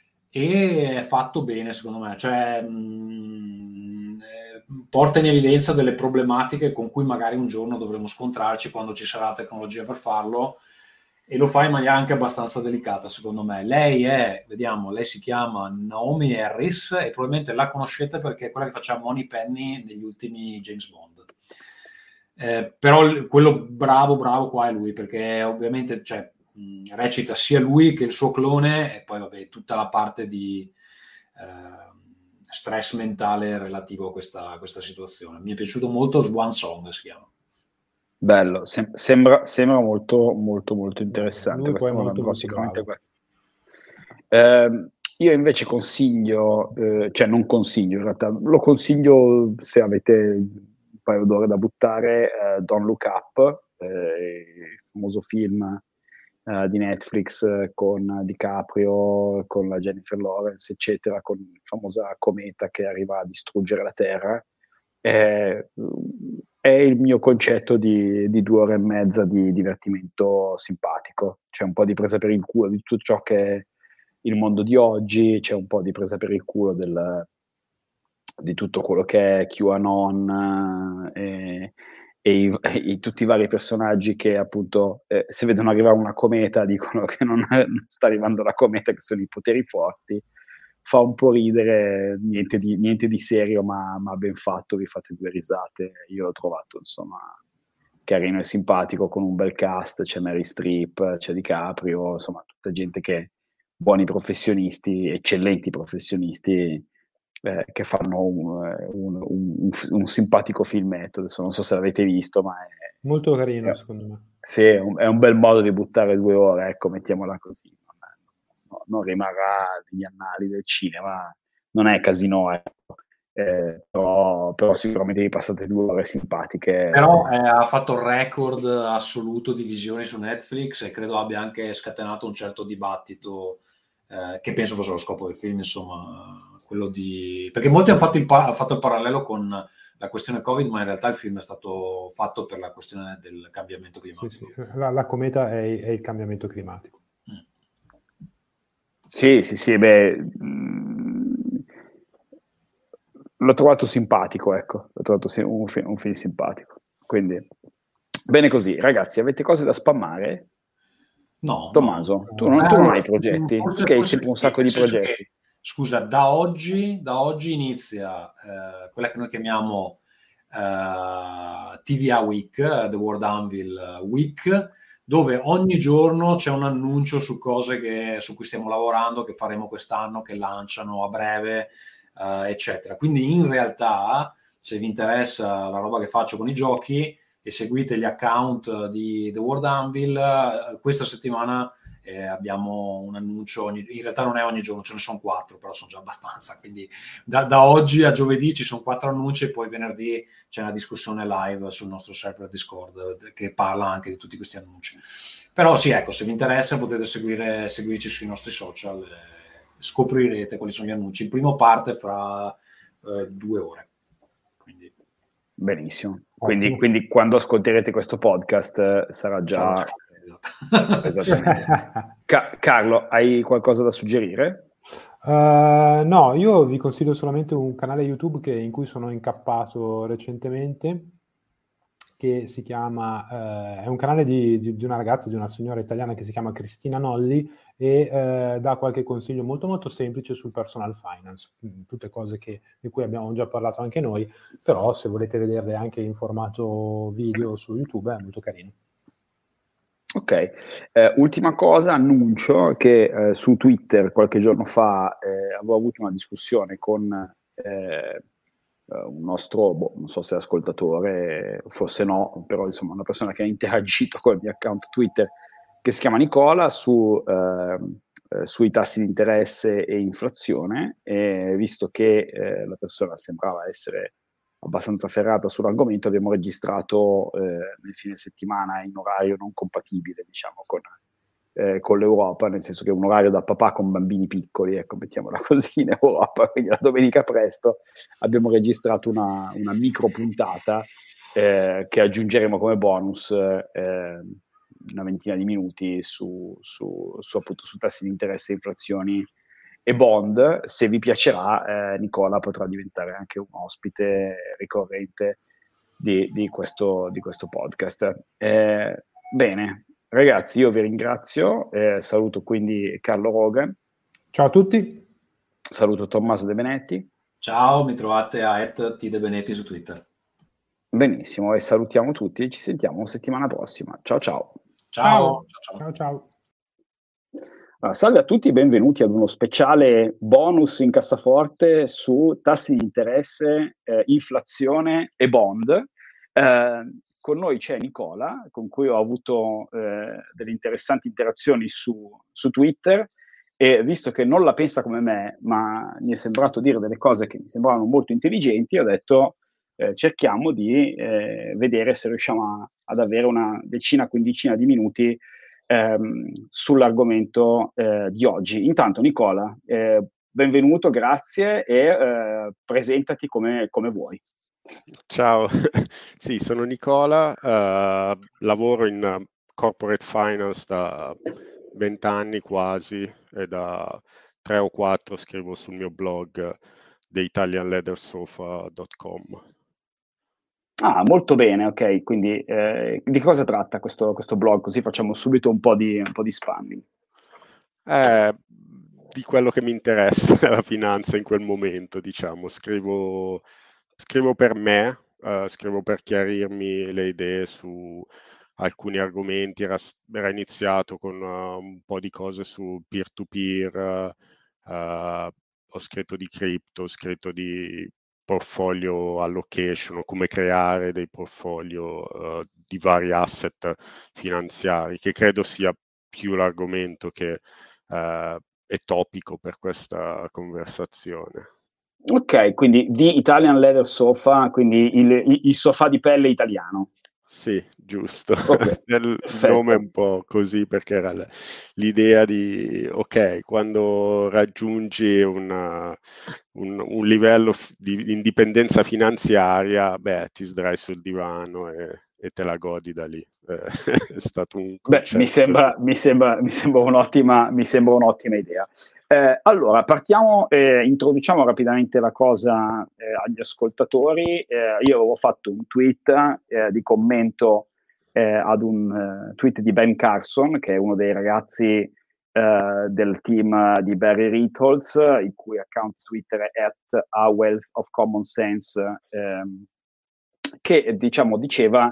E è fatto bene, secondo me, cioè mh, porta in evidenza delle problematiche con cui magari un giorno dovremo scontrarci quando ci sarà la tecnologia per farlo, e lo fa in maniera anche abbastanza delicata, secondo me. Lei è, vediamo, lei si chiama Naomi Harris e probabilmente la conoscete perché è quella che faceva Moneypenny negli ultimi James Bond. Eh, però quello bravo bravo qua è lui, perché ovviamente cioè, mh, recita sia lui che il suo clone, e poi vabbè tutta la parte di eh, stress mentale relativo a questa, a questa situazione. Mi è piaciuto molto. Swan Song si chiama. Bello, Sem- sembra, sembra molto molto molto interessante. Lui Questo poi è lo molto, andrò molto sicuramente bravo. eh, io invece consiglio, eh, cioè non consiglio in realtà, lo consiglio se avete un paio d'ore da buttare, eh, Don't Look Up, eh, il famoso film eh, di Netflix eh, con DiCaprio, con la Jennifer Lawrence, eccetera, con la famosa cometa che arriva a distruggere la Terra. Eh, è il mio concetto di, di due ore e mezza di divertimento simpatico. C'è un po' di presa per il culo di tutto ciò che è il mondo di oggi, c'è un po' di presa per il culo del, di tutto quello che è QAnon eh, e, i, e i, tutti i vari personaggi che appunto eh, se vedono arrivare una cometa dicono che non, non sta arrivando la cometa, che sono i poteri forti. Fa un po' ridere, niente di, niente di serio, ma, ma ben fatto, vi fate due risate. Io l'ho trovato, insomma, carino e simpatico, con un bel cast, c'è Mary Streep, c'è DiCaprio, insomma, tutta gente che, buoni professionisti, eccellenti professionisti, eh, che fanno un, un, un, un simpatico filmetto. Adesso non so se l'avete visto, ma è... Molto carino, è, secondo me. Sì, è un, è un bel modo di buttare due ore, ecco, mettiamola così. No, non rimarrà negli annali del cinema, non è Casino, ecco. eh, però, però sicuramente vi passate due ore simpatiche. Però eh, ha fatto il record assoluto di visioni su Netflix e credo abbia anche scatenato un certo dibattito eh, che penso fosse lo scopo del film, insomma, quello di... perché molti hanno fatto il, pa- fatto il parallelo con la questione Covid, ma in realtà il film è stato fatto per la questione del cambiamento climatico. Sì, sì. La, la cometa è, è il cambiamento climatico. Sì, sì, sì, beh, mh, l'ho trovato simpatico, ecco, l'ho trovato sim- un, fi- un film simpatico, quindi bene così. Ragazzi, avete cose da spammare? No, Tommaso, no. tu, non, Eh, tu non allora, hai progetti? forse, Tu che hai forse sempre un sì, sacco nel di senso progetti. che, scusa, da oggi, da oggi inizia eh, quella che noi chiamiamo eh, T V A Week, The World Anvil Week, dove ogni giorno c'è un annuncio su cose che, su cui stiamo lavorando, che faremo quest'anno, che lanciano a breve, eh, eccetera. Quindi in realtà, se vi interessa la roba che faccio con i giochi e seguite gli account di The World Anvil, eh, questa settimana eh, abbiamo un annuncio, ogni, in realtà non è ogni giorno, ce ne sono quattro, però sono già abbastanza, quindi da, da oggi a giovedì ci sono quattro annunci e poi venerdì c'è una discussione live sul nostro server Discord che parla anche di tutti questi annunci. Però sì, ecco, se vi interessa potete seguire, seguirci sui nostri social, eh, scoprirete quali sono gli annunci. Il primo parte fra eh, due ore. Quindi. Benissimo. Quindi, quindi quando ascolterete questo podcast eh, sarà già... Sarà già esattamente. Ca- Carlo, hai qualcosa da suggerire? Uh, no, io vi consiglio solamente un canale YouTube che, in cui sono incappato recentemente, che si chiama, uh, è un canale di, di, di una ragazza, di una signora italiana che si chiama Cristina Nolli, e uh, dà qualche consiglio molto molto semplice sul personal finance, tutte cose che, di cui abbiamo già parlato anche noi, però se volete vederle anche in formato video su YouTube è molto carino. Ok, eh, ultima cosa, annuncio che eh, su Twitter qualche giorno fa eh, avevo avuto una discussione con eh, un nostro, boh, non so se è ascoltatore, forse no, però insomma una persona che ha interagito con il mio account Twitter, che si chiama Nicola, su, eh, eh, sui tassi di interesse e inflazione, e visto che eh, la persona sembrava essere abbastanza ferrata sull'argomento, abbiamo registrato eh, nel fine settimana in orario non compatibile, diciamo, con, eh, con l'Europa, nel senso che è un orario da papà con bambini piccoli, ecco, mettiamola così, in Europa, quindi la domenica presto abbiamo registrato una, una micro puntata eh, che aggiungeremo come bonus eh, una ventina di minuti su, su, su, appunto, su tassi di interesse e inflazioni e bond. Se vi piacerà, eh, Nicola potrà diventare anche un ospite ricorrente di, di, questo, di questo podcast. Eh, bene, ragazzi, io vi ringrazio, eh, saluto quindi Carlo Rogan. Ciao a tutti. Saluto Tommaso De Benetti. Ciao, mi trovate a at t de benetti su Twitter. Benissimo, e salutiamo tutti e ci sentiamo settimana prossima. Ciao ciao. Ciao. Ciao ciao. ciao. Allora, salve a tutti, benvenuti ad uno speciale bonus in cassaforte su tassi di interesse, eh, inflazione e bond. Eh, con noi c'è Nicola, con cui ho avuto eh, delle interessanti interazioni su, su Twitter, e visto che non la pensa come me, ma mi è sembrato dire delle cose che mi sembravano molto intelligenti, ho detto eh, cerchiamo di eh, vedere se riusciamo a, ad avere una decina, quindicina di minuti Ehm, sull'argomento eh, di oggi. Intanto Nicola, eh, benvenuto, grazie, e eh, presentati come, come vuoi. Ciao, sì, sono Nicola, uh, lavoro in corporate finance da vent'anni quasi, e da tre o quattro scrivo sul mio blog the italian leather sofa dot com. Ah, molto bene, ok, quindi eh, di cosa tratta questo, questo blog? Così facciamo subito un po' di, un po' di spamming. Eh, di quello che mi interessa, la finanza in quel momento, diciamo. Scrivo, scrivo per me, uh, scrivo per chiarirmi le idee su alcuni argomenti. Era, era iniziato con uh, un po' di cose su peer-to-peer, uh, ho scritto di cripto, ho scritto di portfolio allocation, come creare dei portfolio uh, di vari asset finanziari, che credo sia più l'argomento che uh, è topico per questa conversazione. Ok, quindi di Italian Leather Sofa, quindi il, il, il sofà di pelle italiano. Sì, giusto. Okay, il perfetto. nome è un po' così perché era l'idea di, ok, quando raggiungi una, un, un livello di indipendenza finanziaria, beh, ti sdrai sul divano e, e te la godi da lì. È stato un concetto. Beh, mi sembra, mi sembra, mi sembra un'ottima, mi sembra un'ottima idea. Eh, allora, partiamo, eh, introduciamo rapidamente la cosa eh, agli ascoltatori. Eh, io avevo fatto un tweet eh, di commento eh, ad un uh, tweet di Ben Carson, che è uno dei ragazzi uh, del team di Barry Ritholtz, il cui account Twitter è at a wealth of common sense, ehm, che diciamo diceva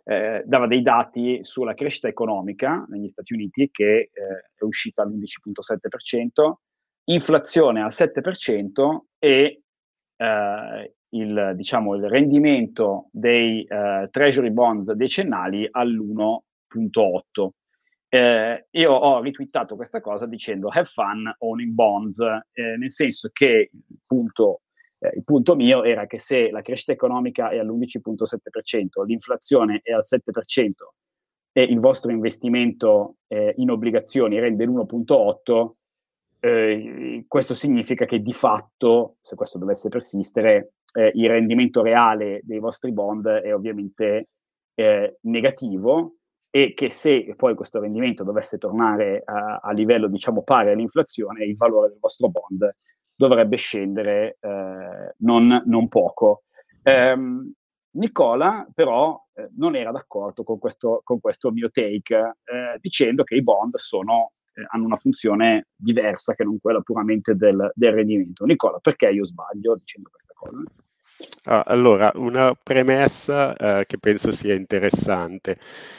eh, dava dei dati sulla crescita economica negli Stati Uniti che eh, è uscita all'undici virgola sette per cento, inflazione al sette per cento e eh, il, diciamo, il rendimento dei eh, treasury bonds decennali all'uno virgola otto. Eh, io ho ritwittato questa cosa dicendo have fun owning bonds, eh, nel senso che il punto, eh, il punto mio era che se la crescita economica è all'undici virgola sette per cento, l'inflazione è al sette per cento e il vostro investimento eh, in obbligazioni rende l'uno virgola otto, eh, questo significa che di fatto, se questo dovesse persistere, eh, il rendimento reale dei vostri bond è ovviamente eh, negativo, e che se poi questo rendimento dovesse tornare a, a livello, diciamo, pari all'inflazione, il valore del vostro bond dovrebbe scendere eh, non, non poco. Ehm, Nicola però eh, non era d'accordo con questo, con questo mio take, eh, dicendo che i bond sono, eh, hanno una funzione diversa che non quella puramente del, del rendimento. Nicola, perché io sbaglio dicendo questa cosa? Ah, allora, una premessa eh, che penso sia interessante.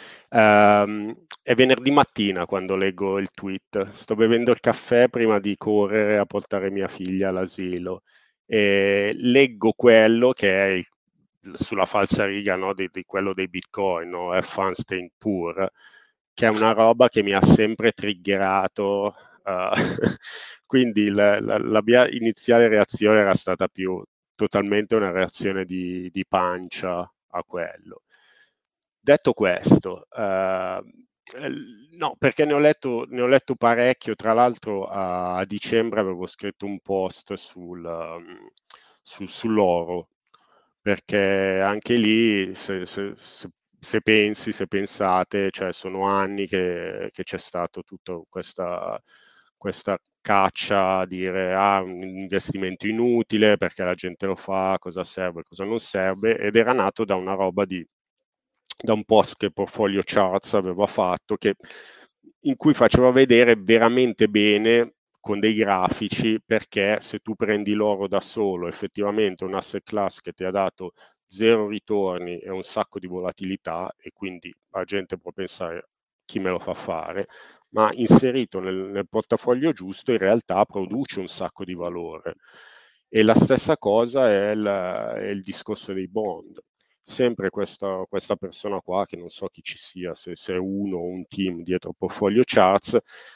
Um, è venerdì mattina quando leggo il tweet. Sto bevendo il caffè prima di correre a portare mia figlia all'asilo. E leggo quello che è il, sulla falsariga, no, di, di quello dei Bitcoin, no? Have fun staying poor, che è una roba che mi ha sempre triggerato. Uh, quindi la, la, la mia iniziale reazione era stata più totalmente una reazione di, di pancia a quello. Detto questo, eh, no, perché ne ho letto, ne ho letto parecchio. Tra l'altro a, a dicembre avevo scritto un post sul, um, sul, sull'oro, perché anche lì, se, se, se, se pensi, se pensate, cioè sono anni che, che c'è stato tutta questa, questa caccia a dire ah, un investimento inutile perché la gente lo fa, cosa serve, cosa non serve, ed era nato da una roba di da un post che Portfolio Charts aveva fatto, che, in cui faceva vedere veramente bene con dei grafici perché se tu prendi l'oro da solo, effettivamente un asset class che ti ha dato zero ritorni e un sacco di volatilità, e quindi la gente può pensare chi me lo fa fare, ma inserito nel, nel portafoglio giusto in realtà produce un sacco di valore. E la stessa cosa è il, è il discorso dei bond. Sempre questa, questa persona qua, che non so chi ci sia, se, se è uno o un team dietro Portfolio Charts,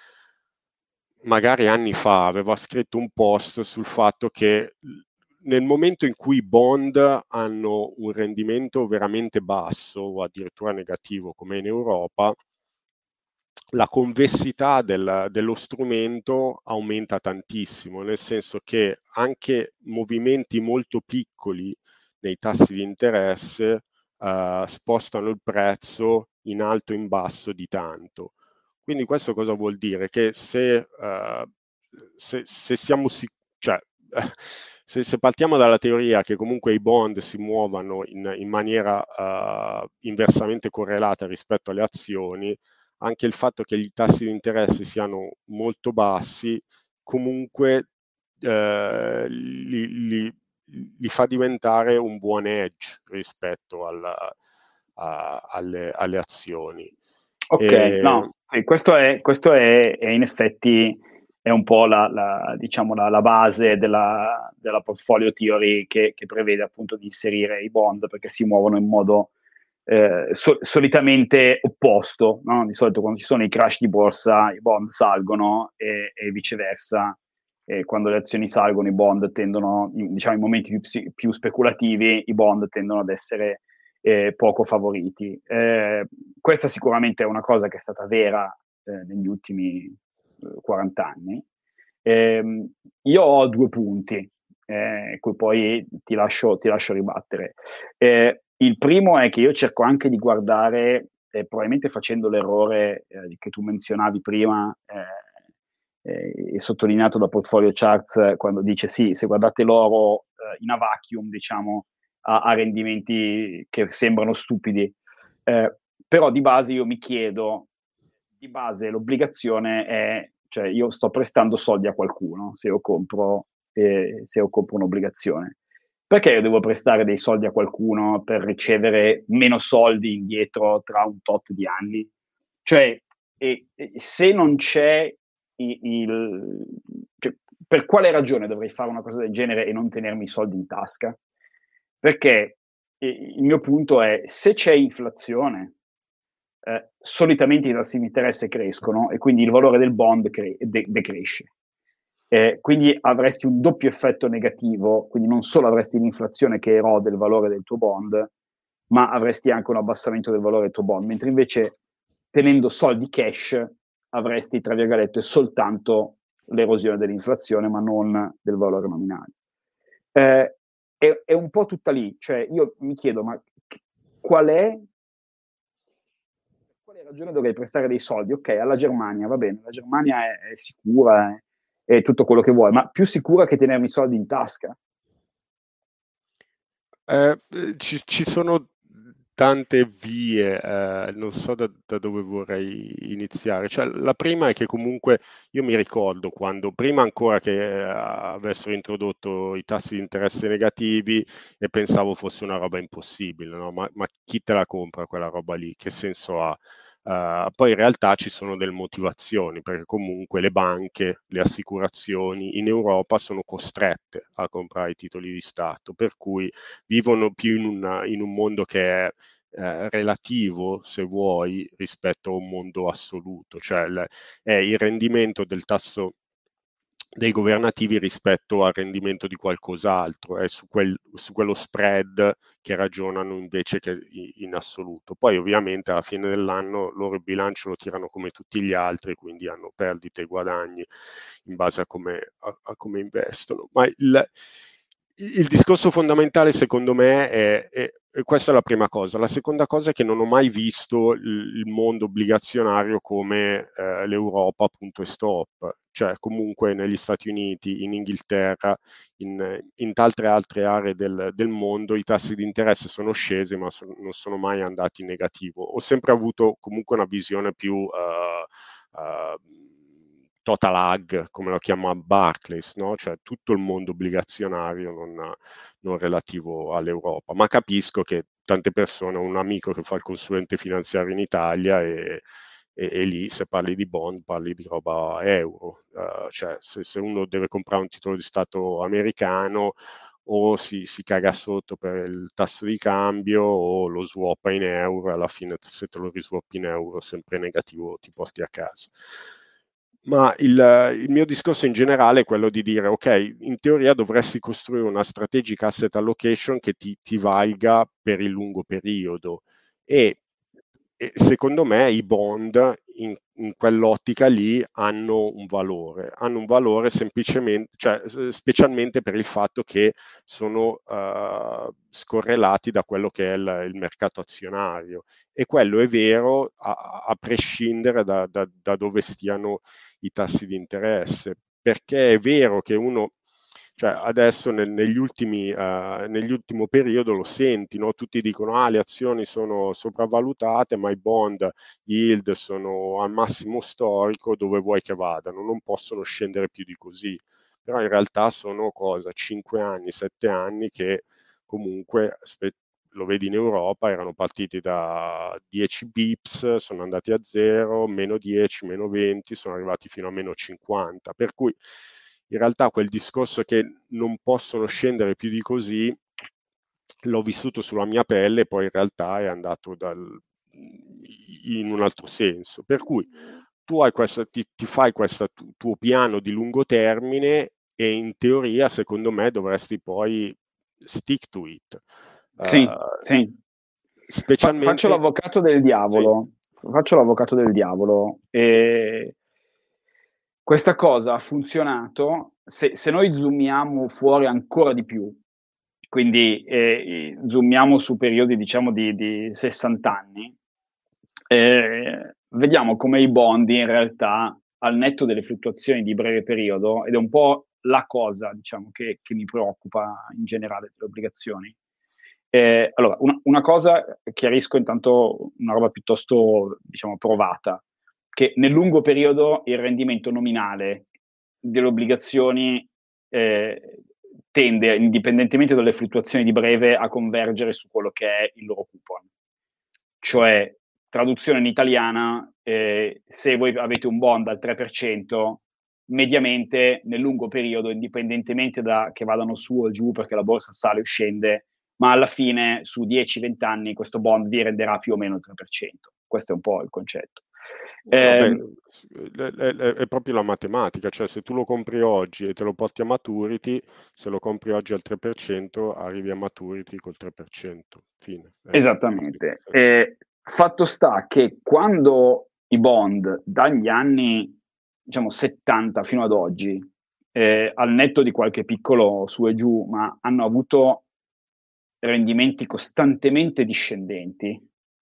magari anni fa aveva scritto un post sul fatto che nel momento in cui i bond hanno un rendimento veramente basso o addirittura negativo come in Europa, la convessità del, dello strumento aumenta tantissimo, nel senso che anche movimenti molto piccoli nei tassi di interesse uh, spostano il prezzo in alto o in basso di tanto. Quindi questo cosa vuol dire? Che se, uh, se, se siamo sicuri, cioè, se, se partiamo dalla teoria che comunque i bond si muovano in, in maniera uh, inversamente correlata rispetto alle azioni, anche il fatto che i tassi di interesse siano molto bassi comunque eh, li, li, li fa diventare un buon edge rispetto alla, a, alle, alle azioni. Ok, e... no, sì, questo, è, questo è, è in effetti è un po' la, la, diciamo la, la base della, della portfolio theory che, che prevede appunto di inserire i bond perché si muovono in modo eh, so, solitamente opposto, no? Di solito quando ci sono i crash di borsa i bond salgono e, e viceversa, e quando le azioni salgono i bond tendono, diciamo in momenti più, più speculativi, i bond tendono ad essere eh, poco favoriti. Eh, questa sicuramente è una cosa che è stata vera eh, negli ultimi eh, quaranta anni. Eh, io ho due punti, eh, cui poi ti lascio, ti lascio ribattere. Eh, il primo è che io cerco anche di guardare, eh, probabilmente facendo l'errore eh, che tu menzionavi prima, eh, eh, e sottolineato da Portfolio Charts, quando dice sì, se guardate l'oro eh, in a vacuum, diciamo, a, a rendimenti che sembrano stupidi. Eh, però di base io mi chiedo, di base l'obbligazione è, cioè io sto prestando soldi a qualcuno se io compro, eh, se io compro un'obbligazione. perché io devo prestare dei soldi a qualcuno per ricevere meno soldi indietro tra un tot di anni? Cioè, e, e se non c'è il, il cioè, per quale ragione dovrei fare una cosa del genere e non tenermi i soldi in tasca? Perché eh, il mio punto è, se c'è inflazione, eh, solitamente i tassi di interesse crescono e quindi il valore del bond cre- de- decresce. Eh, quindi avresti un doppio effetto negativo, quindi non solo avresti l'inflazione che erode il valore del tuo bond, ma avresti anche un abbassamento del valore del tuo bond, mentre invece tenendo soldi cash avresti, tra virgolette, soltanto l'erosione dell'inflazione, ma non del valore nominale. Eh, è, è un po' tutta lì, cioè io mi chiedo, ma qual è, per quale ragione dovrei prestare dei soldi? Ok, alla Germania, va bene, la Germania è, è sicura, è, è tutto quello che vuoi, ma più sicura che tenermi i soldi in tasca? Eh, ci, ci sono tante vie, eh, non so da, da dove vorrei iniziare. Cioè, la prima è che comunque io mi ricordo quando, prima ancora che eh, avessero introdotto i tassi di interesse negativi, e pensavo fosse una roba impossibile, no? Ma, ma chi te la compra quella roba lì? Che senso ha? Uh, poi in realtà ci sono delle motivazioni, perché comunque le banche, le assicurazioni in Europa sono costrette a comprare i titoli di Stato, per cui vivono più in, una, in un mondo che è eh, relativo, se vuoi, rispetto a un mondo assoluto, cioè l- è il rendimento del tasso dei governativi rispetto al rendimento di qualcos'altro, è su, quel, su quello spread che ragionano invece che in assoluto. Poi ovviamente alla fine dell'anno loro il bilancio lo tirano come tutti gli altri, quindi hanno perdite e guadagni in base a come, a, a come investono. Ma il, il discorso fondamentale secondo me è, è, è questa è la prima cosa. La seconda cosa è che non ho mai visto il, il mondo obbligazionario come eh, l'Europa punto e stop, cioè comunque negli Stati Uniti, in Inghilterra, in, in tante altre aree del, del mondo i tassi di interesse sono scesi ma so, non sono mai andati in negativo. Ho sempre avuto comunque una visione più uh, uh, total ag, come lo chiama Barclays, no? Cioè tutto il mondo obbligazionario non, non relativo all'Europa, ma capisco che tante persone, ho un amico che fa il consulente finanziario in Italia e, e, e lì se parli di bond parli di roba euro, uh, cioè se, se uno deve comprare un titolo di Stato americano o si, si caga sotto per il tasso di cambio o lo swappa in euro, alla fine se te lo riswappi in euro sempre negativo ti porti a casa. Ma il, il mio discorso in generale è quello di dire, ok, in teoria dovresti costruire una strategic asset allocation che ti, ti valga per il lungo periodo e, e secondo me i bond in, in quell'ottica lì hanno un valore, hanno un valore semplicemente, cioè specialmente per il fatto che sono uh, scorrelati da quello che è il, il mercato azionario e quello è vero a, a prescindere da, da, da dove stiano i tassi di interesse, perché è vero che uno, cioè adesso nel, negli ultimi, uh, negli ultimo periodo lo senti, no? Tutti dicono ah le azioni sono sopravvalutate, ma i bond yield sono al massimo storico, dove vuoi che vadano, non possono scendere più di così, però in realtà sono cosa, cinque anni, sette anni che comunque lo vedi in Europa, erano partiti da dieci bips, sono andati a zero, meno dieci, meno venti, sono arrivati fino a meno cinquanta, per cui in realtà quel discorso che non possono scendere più di così l'ho vissuto sulla mia pelle e poi in realtà è andato dal, in un altro senso, per cui tu hai questa, ti, ti fai questo tu, tuo piano di lungo termine e in teoria secondo me dovresti poi stick to it. Sì, Uh, sì. specialmente... Fa, faccio l'avvocato del diavolo, sì. Faccio l'avvocato del diavolo e questa cosa ha funzionato se, se noi zoomiamo fuori ancora di più, quindi eh, zoomiamo su periodi diciamo di, di sessanta anni, eh, vediamo come i bond in realtà al netto delle fluttuazioni di breve periodo, ed è un po' la cosa diciamo che, che mi preoccupa in generale delle obbligazioni. Eh, allora, una, una cosa, chiarisco intanto una roba piuttosto, diciamo, provata, che nel lungo periodo il rendimento nominale delle obbligazioni eh, tende, indipendentemente dalle fluttuazioni di breve, a convergere su quello che è il loro coupon. Cioè, traduzione in italiana, eh, se voi avete un bond al tre per cento, mediamente nel lungo periodo, indipendentemente da che vadano su o giù perché la borsa sale o scende, ma alla fine su dieci venti anni questo bond vi renderà più o meno il tre per cento. Questo è un po' il concetto. No, Eh, beh, è, è- è proprio la matematica, cioè se tu lo compri oggi e te lo porti a maturity, se lo compri oggi al tre per cento, arrivi a maturity col tre per cento. Fine. È esattamente. così. Eh, fatto sta che quando i bond dagli anni, diciamo, settanta fino ad oggi, eh, al netto di qualche piccolo su e giù, ma hanno avuto rendimenti costantemente discendenti,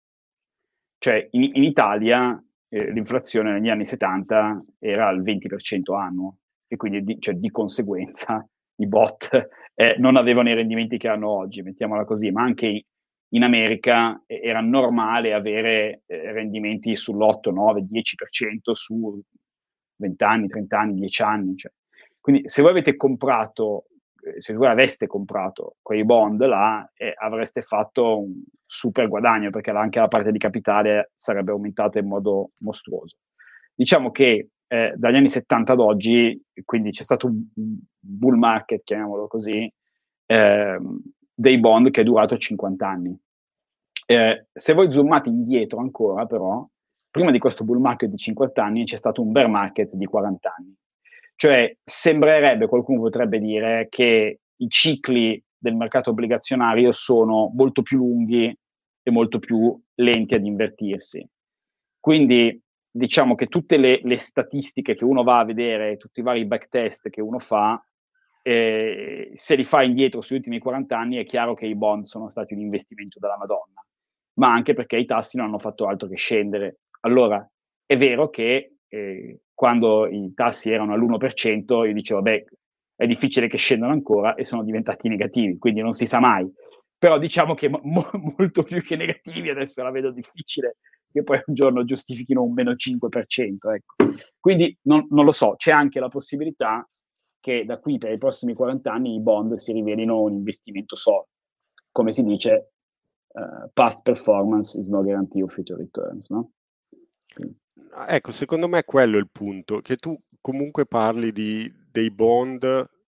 cioè in, in Italia eh, l'inflazione negli anni settanta era al venti per cento annuo e quindi di, cioè, di conseguenza i bot eh, non avevano i rendimenti che hanno oggi, mettiamola così, ma anche in America eh, era normale avere eh, rendimenti sull'otto, nove, dieci per cento su venti anni, trenta anni, dieci anni. Cioè. Quindi se voi avete comprato, eh, se voi aveste comprato quei bond là, eh, avreste fatto un super guadagno perché anche la parte di capitale sarebbe aumentata in modo mostruoso. Diciamo che eh, dagli anni settanta ad oggi, quindi c'è stato un bull market, chiamiamolo così, eh, dei bond che è durato cinquanta anni. Eh, se voi zoomate indietro ancora, però, prima di questo bull market di cinquanta anni c'è stato un bear market di quaranta anni. Cioè, sembrerebbe, qualcuno potrebbe dire, che i cicli del mercato obbligazionario sono molto più lunghi e molto più lenti ad invertirsi. Quindi, diciamo che tutte le, le statistiche che uno va a vedere, tutti i vari backtest che uno fa, eh, se li fa indietro sugli ultimi quaranta anni, è chiaro che i bond sono stati un investimento della Madonna, ma anche perché i tassi non hanno fatto altro che scendere. Allora, è vero che eh, quando i tassi erano all'uno per cento, io dicevo, beh, è difficile che scendano ancora e sono diventati negativi, quindi non si sa mai. Però diciamo che mo- molto più che negativi, adesso la vedo difficile che poi un giorno giustifichino un meno cinque per cento. Ecco. Quindi non, non lo so, c'è anche la possibilità che da qui per i prossimi quaranta anni i bond si rivelino un investimento solido. Come si dice, uh, past performance is no guarantee of future returns, no? Ecco, secondo me quello è il punto, che tu comunque parli di, dei bond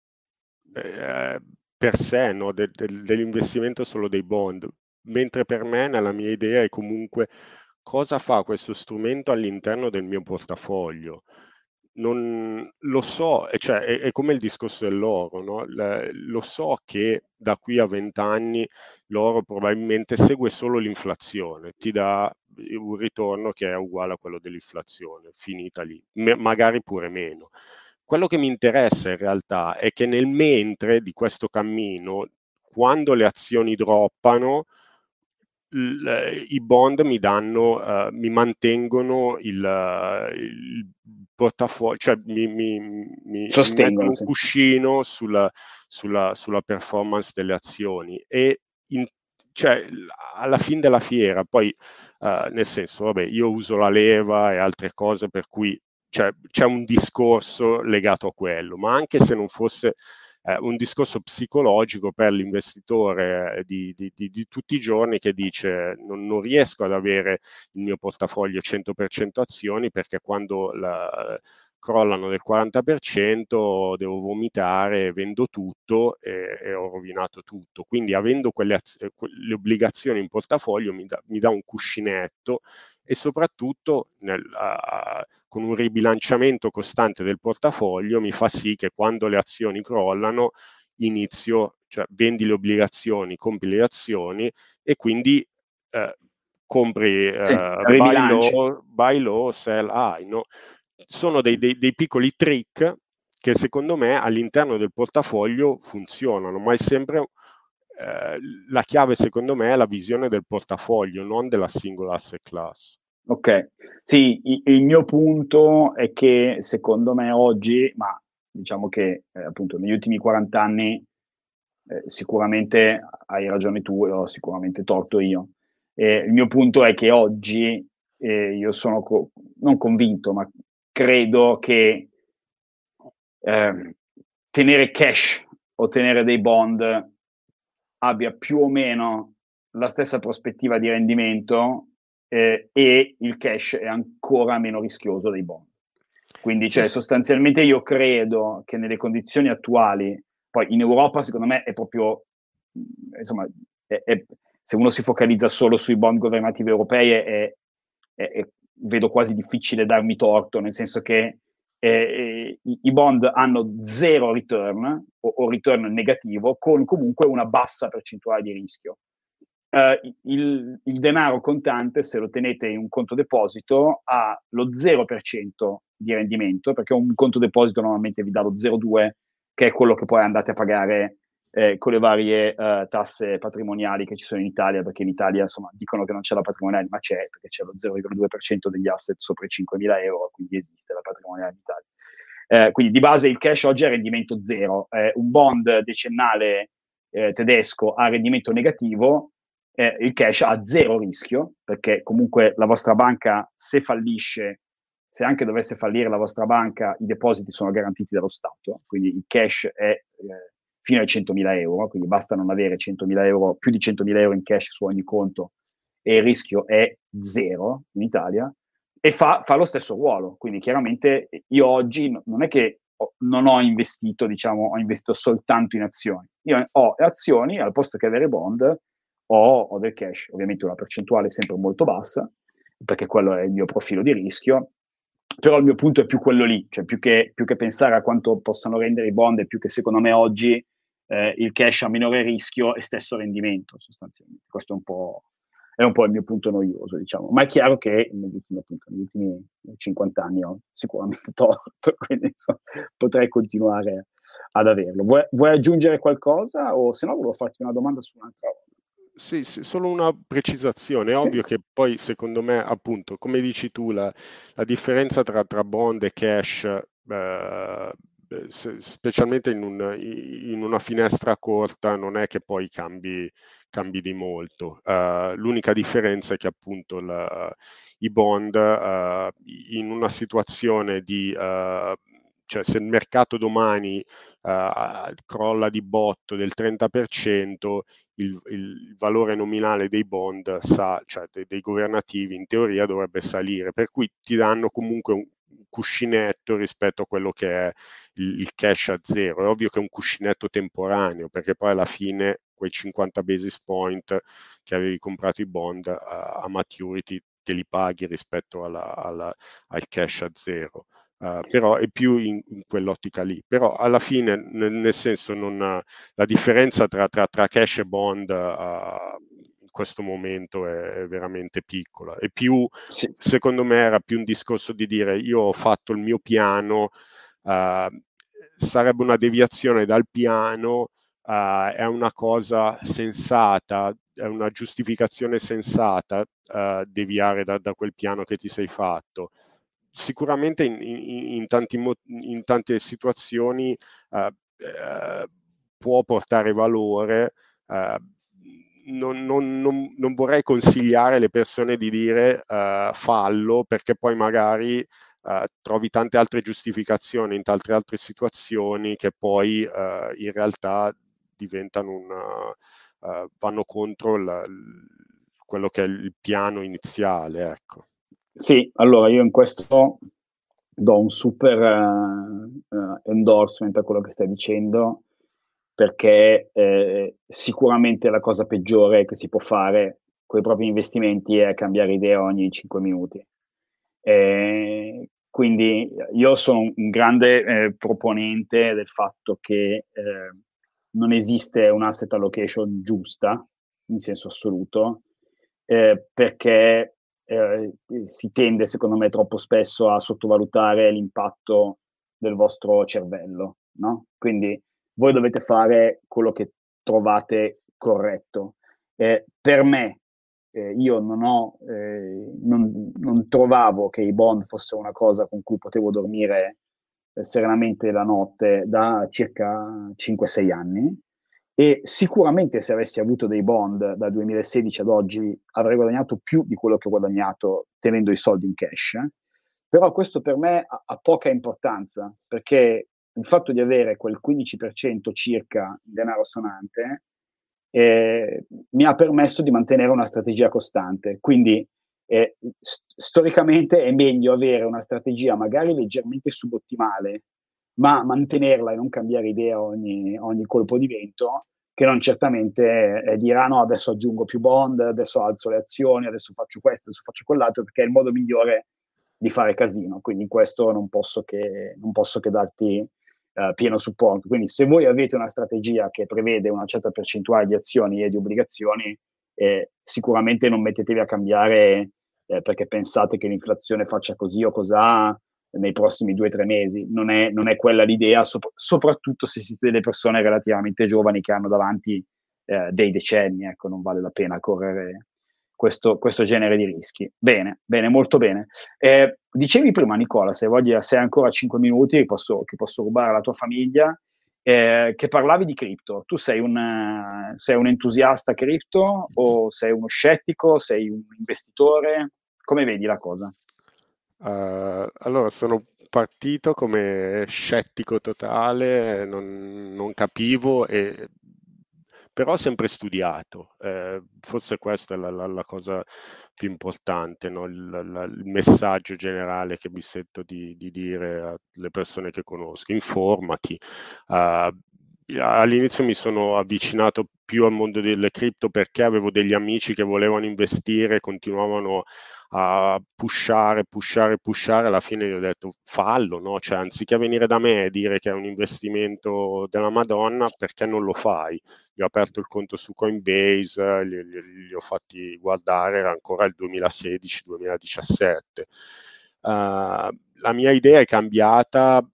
eh, per sé, no? De, de, dell'investimento solo dei bond, mentre per me, nella mia idea, è comunque cosa fa questo strumento all'interno del mio portafoglio. Non lo so, cioè, è, è come il discorso dell'oro, no? Le, lo so che da qui a venti anni l'oro probabilmente segue solo l'inflazione, ti dà un ritorno che è uguale a quello dell'inflazione, finita lì, M- magari pure meno. Quello che mi interessa in realtà è che nel mentre di questo cammino, quando le azioni droppano, l- i bond mi danno, uh, mi mantengono il, uh, il portafoglio, cioè mi, mi, mi, mi mettono un sì. cuscino sulla, sulla, sulla performance delle azioni e in, cioè, alla fine della fiera, poi uh, nel senso, vabbè, io uso la leva e altre cose per cui cioè, c'è un discorso legato a quello, ma anche se non fosse eh, un discorso psicologico per l'investitore eh, di, di, di, di tutti i giorni che dice non, non riesco ad avere il mio portafoglio cento per cento azioni perché quando la, crollano del quaranta per cento devo vomitare, vendo tutto e, e ho rovinato tutto. Quindi avendo quelle az- le obbligazioni in portafoglio mi dà, mi dà un cuscinetto e soprattutto nel, uh, con un ribilanciamento costante del portafoglio mi fa sì che quando le azioni crollano inizio, cioè vendi le obbligazioni, compri le azioni e quindi eh, compri Sì, uh, buy ribilanci. low, buy low, sell high, no? Sono dei, dei, dei piccoli trick che secondo me all'interno del portafoglio funzionano, ma è sempre eh, la chiave secondo me è la visione del portafoglio, non della singola asset class. Ok, sì, il, il mio punto è che secondo me oggi, ma diciamo che eh, appunto negli ultimi quaranta anni eh, sicuramente hai ragione tu e ho sicuramente torto io. Eh, il mio punto è che oggi eh, io sono co- non convinto, ma credo che eh, tenere cash ottenere dei bond abbia più o meno la stessa prospettiva di rendimento eh, e il cash è ancora meno rischioso dei bond. Quindi cioè, sostanzialmente io credo che nelle condizioni attuali, poi in Europa secondo me è proprio, insomma, è, è, se uno si focalizza solo sui bond governativi europei è, è, è, vedo quasi difficile darmi torto, nel senso che eh, i, i bond hanno zero return o, o return negativo con comunque una bassa percentuale di rischio. Uh, il, il denaro contante, se lo tenete in un conto deposito, ha lo zero per cento di rendimento, perché un conto deposito normalmente vi dà lo zero virgola due, che è quello che poi andate a pagare eh, con le varie uh, tasse patrimoniali che ci sono in Italia, perché in Italia insomma dicono che non c'è la patrimoniale, ma c'è, perché c'è lo zero virgola due per cento degli asset sopra i cinquemila euro, quindi esiste la patrimoniale in Italia. Eh, quindi di base il cash oggi è a rendimento zero, eh, un bond decennale eh, tedesco ha rendimento negativo, Eh, il cash ha zero rischio, perché comunque la vostra banca, se fallisce, se anche dovesse fallire la vostra banca, i depositi sono garantiti dallo Stato, quindi il cash è eh, fino ai centomila euro, quindi basta non avere centomila euro, più di centomila euro in cash su ogni conto, e il rischio è zero in Italia, e fa, fa lo stesso ruolo. Quindi chiaramente io oggi non è che ho, non ho investito, diciamo, ho investito soltanto in azioni. Io ho azioni, al posto che avere bond, Ho, ho del cash, ovviamente una percentuale sempre molto bassa, perché quello è il mio profilo di rischio, però il mio punto è più quello lì, cioè più che, più che pensare a quanto possano rendere i bond, è più che secondo me oggi eh, il cash ha minore rischio e stesso rendimento, sostanzialmente. Questo è un po', è un po' il mio punto noioso, diciamo. Ma è chiaro che negli ultimi, appunto, negli ultimi cinquanta anni ho sicuramente torto, quindi insomma, potrei continuare ad averlo. Vuoi, vuoi aggiungere qualcosa, o se no volevo farti una domanda su un'altra roba? Sì, sì, solo una precisazione. È Sì. ovvio che poi, secondo me, appunto, come dici tu, la, la differenza tra, tra bond e cash, eh, se, specialmente in, un, in una finestra corta, non è che poi cambi, cambi di molto. Uh, l'unica differenza è che appunto la, i bond, uh, in una situazione di... Uh, cioè se il mercato domani uh, crolla di botto del trenta per cento, il, il valore nominale dei bond, sa, cioè dei, dei governativi, in teoria dovrebbe salire, per cui ti danno comunque un cuscinetto rispetto a quello che è il, il cash a zero. È ovvio che è un cuscinetto temporaneo, perché poi alla fine quei cinquanta basis point che avevi comprato i bond a, a maturity te li paghi rispetto alla, alla, al cash a zero. Uh, però è più in, in quell'ottica lì. Però alla fine, nel, nel senso, non, la differenza tra, tra, tra cash e bond uh, in questo momento è, è veramente piccola. E più, sì. secondo me, era più un discorso di dire: io ho fatto il mio piano, uh, sarebbe una deviazione dal piano, uh, è una cosa sensata, è una giustificazione sensata uh, deviare da, da quel piano che ti sei fatto. Sicuramente in, in, in, tanti, in tante situazioni uh, uh, può portare valore. Uh, non, non, non, non vorrei consigliare alle persone di dire uh, fallo, perché poi magari uh, trovi tante altre giustificazioni in tante altre situazioni che poi uh, in realtà diventano un, uh, uh, vanno contro la, quello che è il piano iniziale, ecco. Sì, allora io in questo do un super uh, uh, endorsement a quello che stai dicendo, perché eh, sicuramente la cosa peggiore che si può fare con i propri investimenti è cambiare idea ogni cinque minuti. Eh, quindi io sono un grande eh, proponente del fatto che eh, non esiste un asset allocation giusta, in senso assoluto, eh, perché eh, si tende, secondo me, troppo spesso a sottovalutare l'impatto del vostro cervello, no? Quindi voi dovete fare quello che trovate corretto. Eh, per me, eh, io non ho, eh, non, non trovavo che i bond fosse una cosa con cui potevo dormire eh, serenamente la notte da circa cinque sei anni, e sicuramente se avessi avuto dei bond dal duemilasedici ad oggi avrei guadagnato più di quello che ho guadagnato tenendo i soldi in cash, però questo per me ha, ha poca importanza, perché il fatto di avere quel quindici per cento circa in denaro sonante eh, mi ha permesso di mantenere una strategia costante. Quindi eh, st- storicamente è meglio avere una strategia magari leggermente subottimale, ma mantenerla e non cambiare idea ogni, ogni colpo di vento, che non certamente eh, dire ah no, adesso aggiungo più bond, adesso alzo le azioni, adesso faccio questo, adesso faccio quell'altro, perché è il modo migliore di fare casino. Quindi in questo non posso che, non posso che darti eh, pieno supporto. Quindi se voi avete una strategia che prevede una certa percentuale di azioni e di obbligazioni, eh, sicuramente non mettetevi a cambiare eh, perché pensate che l'inflazione faccia così o cos'ha nei prossimi due o tre mesi. Non è, non è quella l'idea, sop- soprattutto se siete delle persone relativamente giovani che hanno davanti eh, dei decenni, ecco, non vale la pena correre questo, questo genere di rischi. Bene, bene, molto bene. Eh, dicevi prima, Nicola, se voglio, se hai ancora cinque minuti, posso, che posso rubare alla tua famiglia, eh, che parlavi di cripto. Tu sei un, uh, sei un entusiasta cripto o sei uno scettico, sei un investitore? Come vedi la cosa? Uh, allora, sono partito come scettico totale, non, non capivo, e, però ho sempre studiato. Eh, forse questa è la, la, la cosa più importante, no? il, la, il messaggio generale che mi sento di, di dire alle persone che conosco: informati. Uh, all'inizio mi sono avvicinato più al mondo delle cripto perché avevo degli amici che volevano investire, continuavano a pushare, pushare, pushare. Alla fine gli ho detto fallo, no? Cioè, anziché venire da me e dire che è un investimento della Madonna, perché non lo fai? Gli ho aperto il conto su Coinbase, li, li, li ho fatti guardare, era ancora il duemilasedici duemiladiciassette. Uh, la mia idea è cambiata,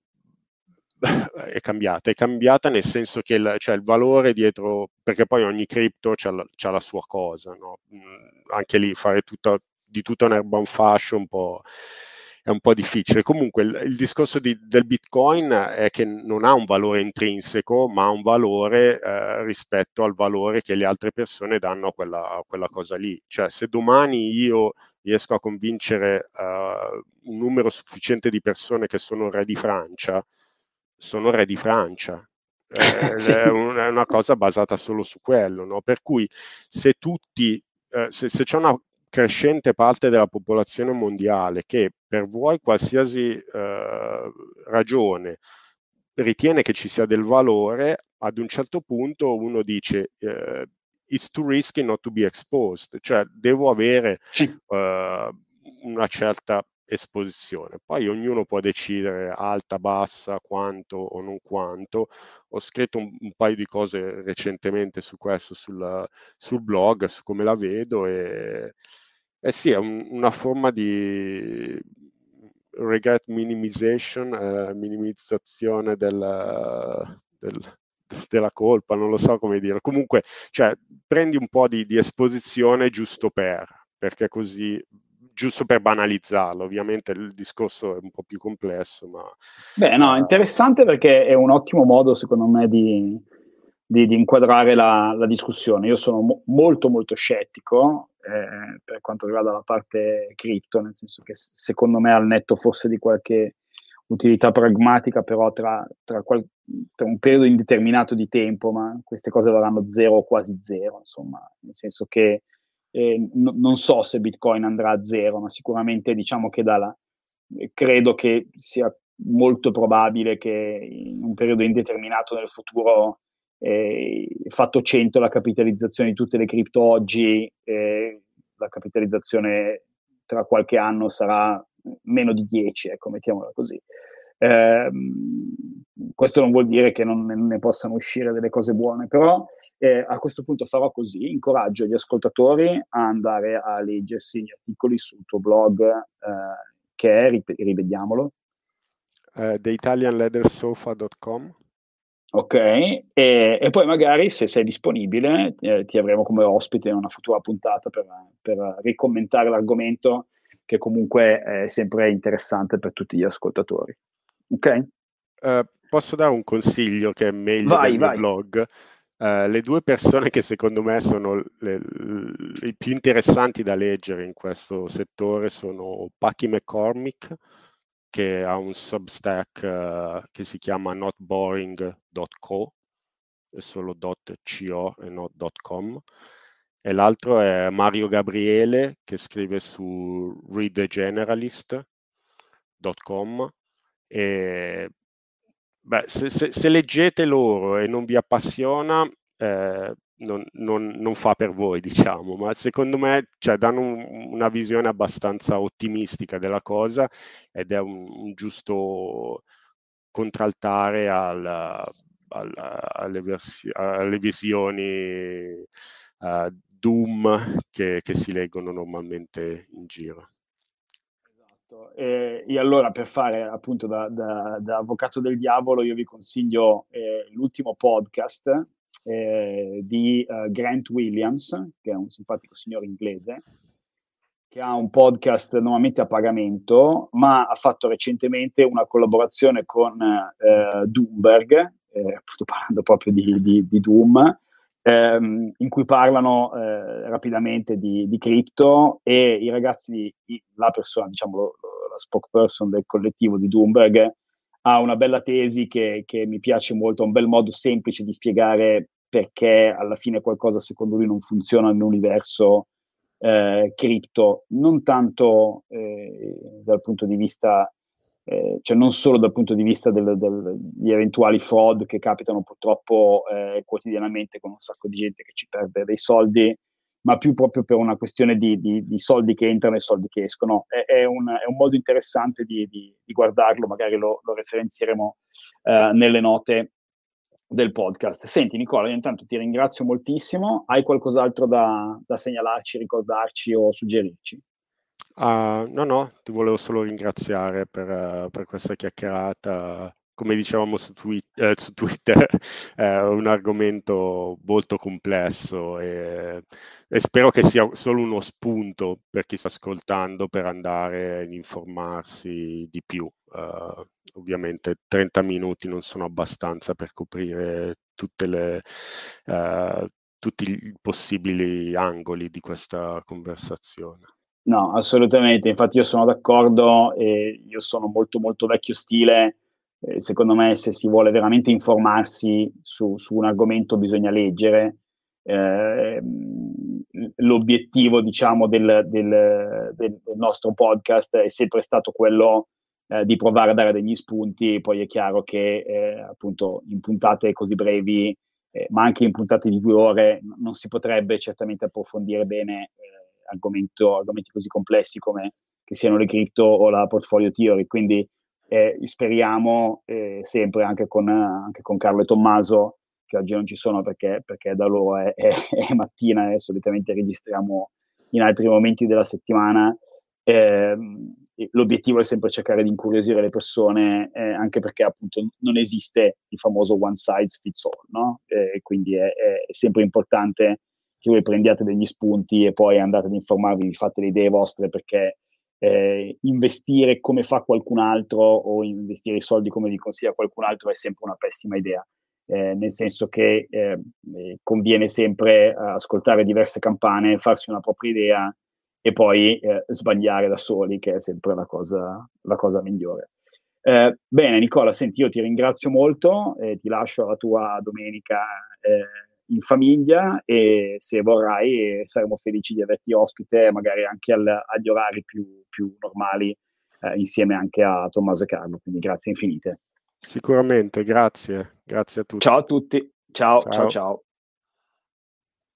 è cambiata, è cambiata nel senso che il, cioè il valore dietro, perché poi ogni cripto c'ha la, c'ha la sua cosa, no? Anche lì fare tutta di tutta un'erba un fascio un po', è un po' difficile. Comunque il, il discorso di, del Bitcoin è che non ha un valore intrinseco, ma ha un valore eh, rispetto al valore che le altre persone danno a quella, a quella cosa lì. Cioè, se domani io riesco a convincere uh, un numero sufficiente di persone che sono re di Francia, sono re di Francia. Eh, sì. È una cosa basata solo su quello, no? Per cui se tutti, eh, se, se c'è una crescente parte della popolazione mondiale che per vuoi qualsiasi eh, ragione ritiene che ci sia del valore, ad un certo punto uno dice eh, it's too risky not to be exposed, cioè devo avere sì. eh, una certa esposizione. Poi ognuno può decidere alta, bassa, quanto o non quanto. Ho scritto un, un paio di cose recentemente su questo sul, sul blog, su come la vedo, e eh sì, è un, una forma di regret minimization, eh, minimizzazione del, del, della colpa, non lo so come dire. Comunque, cioè, prendi un po' di, di esposizione giusto per, perché così, giusto per banalizzarlo. Ovviamente il discorso è un po' più complesso, ma... Beh, no, interessante perché è un ottimo modo, secondo me, di, di, di inquadrare la, la discussione. Io sono mo- molto, molto scettico eh, per quanto riguarda la parte cripto, nel senso che secondo me al netto forse di qualche utilità pragmatica, però tra, tra, qual- tra un periodo indeterminato di tempo, ma queste cose varranno zero o quasi zero, insomma, nel senso che eh, n- non so se Bitcoin andrà a zero, ma sicuramente diciamo che dalla, credo che sia molto probabile che in un periodo indeterminato nel futuro, eh, fatto cento la capitalizzazione di tutte le cripto oggi, eh, la capitalizzazione tra qualche anno sarà meno di dieci, ecco, mettiamola così. Eh, questo non vuol dire che non ne, non ne possano uscire delle cose buone, però eh, a questo punto farò così: incoraggio gli ascoltatori a andare a leggersi gli articoli sul tuo blog, eh, che è, rip- rivediamolo. Uh, the italian leather sofa dot com. Ok, e, e poi magari se sei disponibile eh, ti avremo come ospite in una futura puntata per, per ricommentare l'argomento, che comunque è sempre interessante per tutti gli ascoltatori. Ok? Uh, posso dare un consiglio che è meglio Vai, del mio vai. blog? Uh, le due persone che secondo me sono le, le, le più interessanti da leggere in questo settore sono Paki McCormick che ha un Substack uh, che si chiama not boring dot co, è solo .co e not .com, e l'altro è Mario Gabriele, che scrive su read the generalist dot com. E beh, se, se, se leggete loro e non vi appassiona, eh, non, non, non fa per voi, diciamo, ma secondo me, cioè, danno un, una visione abbastanza ottimistica della cosa, ed è un, un giusto contraltare al, al, alle, versi- alle visioni uh, Doom che, che si leggono normalmente in giro. E, e allora, per fare appunto da, da, da avvocato del diavolo, io vi consiglio eh, l'ultimo podcast eh, di uh, Grant Williams, che è un simpatico signore inglese, che ha un podcast normalmente a pagamento, ma ha fatto recentemente una collaborazione con eh, Doomberg, eh, appunto parlando proprio di, di, di Doom, ehm, in cui parlano eh, rapidamente di, di cripto, e i ragazzi, di, la persona, diciamo, lo, la spokesperson del collettivo di Doomberg, ha una bella tesi che, che mi piace molto, un bel modo semplice di spiegare perché alla fine qualcosa secondo lui non funziona nell'universo eh, cripto, non tanto eh, dal punto di vista, eh, cioè non solo dal punto di vista del, del, degli eventuali fraud che capitano purtroppo eh, quotidianamente con un sacco di gente che ci perde dei soldi, ma più proprio per una questione di, di, di soldi che entrano e soldi che escono. È, è, un, è un modo interessante di, di, di guardarlo, magari lo, lo referenzieremo eh, nelle note del podcast. Senti Nicola, io intanto ti ringrazio moltissimo. Hai qualcos'altro da, da segnalarci, ricordarci o suggerirci? Uh, no, no, ti volevo solo ringraziare per, uh, per questa chiacchierata. Come dicevamo su, twi- eh, su Twitter, è un argomento molto complesso, e, e spero che sia solo uno spunto per chi sta ascoltando per andare ad informarsi di più. Uh, ovviamente trenta minuti non sono abbastanza per coprire tutte le, uh, tutti i possibili angoli di questa conversazione. No, assolutamente, infatti io sono d'accordo, e io sono molto molto vecchio stile. Eh, secondo me, se si vuole veramente informarsi su, su un argomento bisogna leggere. Eh, l'obiettivo, diciamo, del, del, del nostro podcast è sempre stato quello eh, di provare a dare degli spunti. Poi è chiaro che eh, appunto in puntate così brevi, eh, ma anche in puntate di due ore, non si potrebbe certamente approfondire bene eh, Argomento, argomenti così complessi come che siano le cripto o la portfolio theory. Quindi eh, speriamo eh, sempre anche con, anche con Carlo e Tommaso, che oggi non ci sono perché, perché da loro è, è, è mattina e solitamente registriamo in altri momenti della settimana. Eh, l'obiettivo è sempre cercare di incuriosire le persone, eh, anche perché appunto non esiste il famoso one size fits all, no? Eh, quindi è, è sempre importante che voi prendiate degli spunti e poi andate ad informarvi, vi fate le idee vostre, perché eh, investire come fa qualcun altro o investire i soldi come vi consiglia qualcun altro è sempre una pessima idea, eh, nel senso che eh, conviene sempre ascoltare diverse campane, farsi una propria idea e poi eh, sbagliare da soli, che è sempre la cosa, la cosa migliore. Eh, bene Nicola, senti, io ti ringrazio molto, eh, ti lascio alla tua domenica eh, in famiglia, e se vorrai eh, saremo felici di averti ospite, magari anche al, agli orari più, più normali, eh, insieme anche a Tommaso e Carlo, quindi grazie infinite. Sicuramente, grazie, grazie a tutti. Ciao a tutti, ciao, ciao, Ciao. ciao.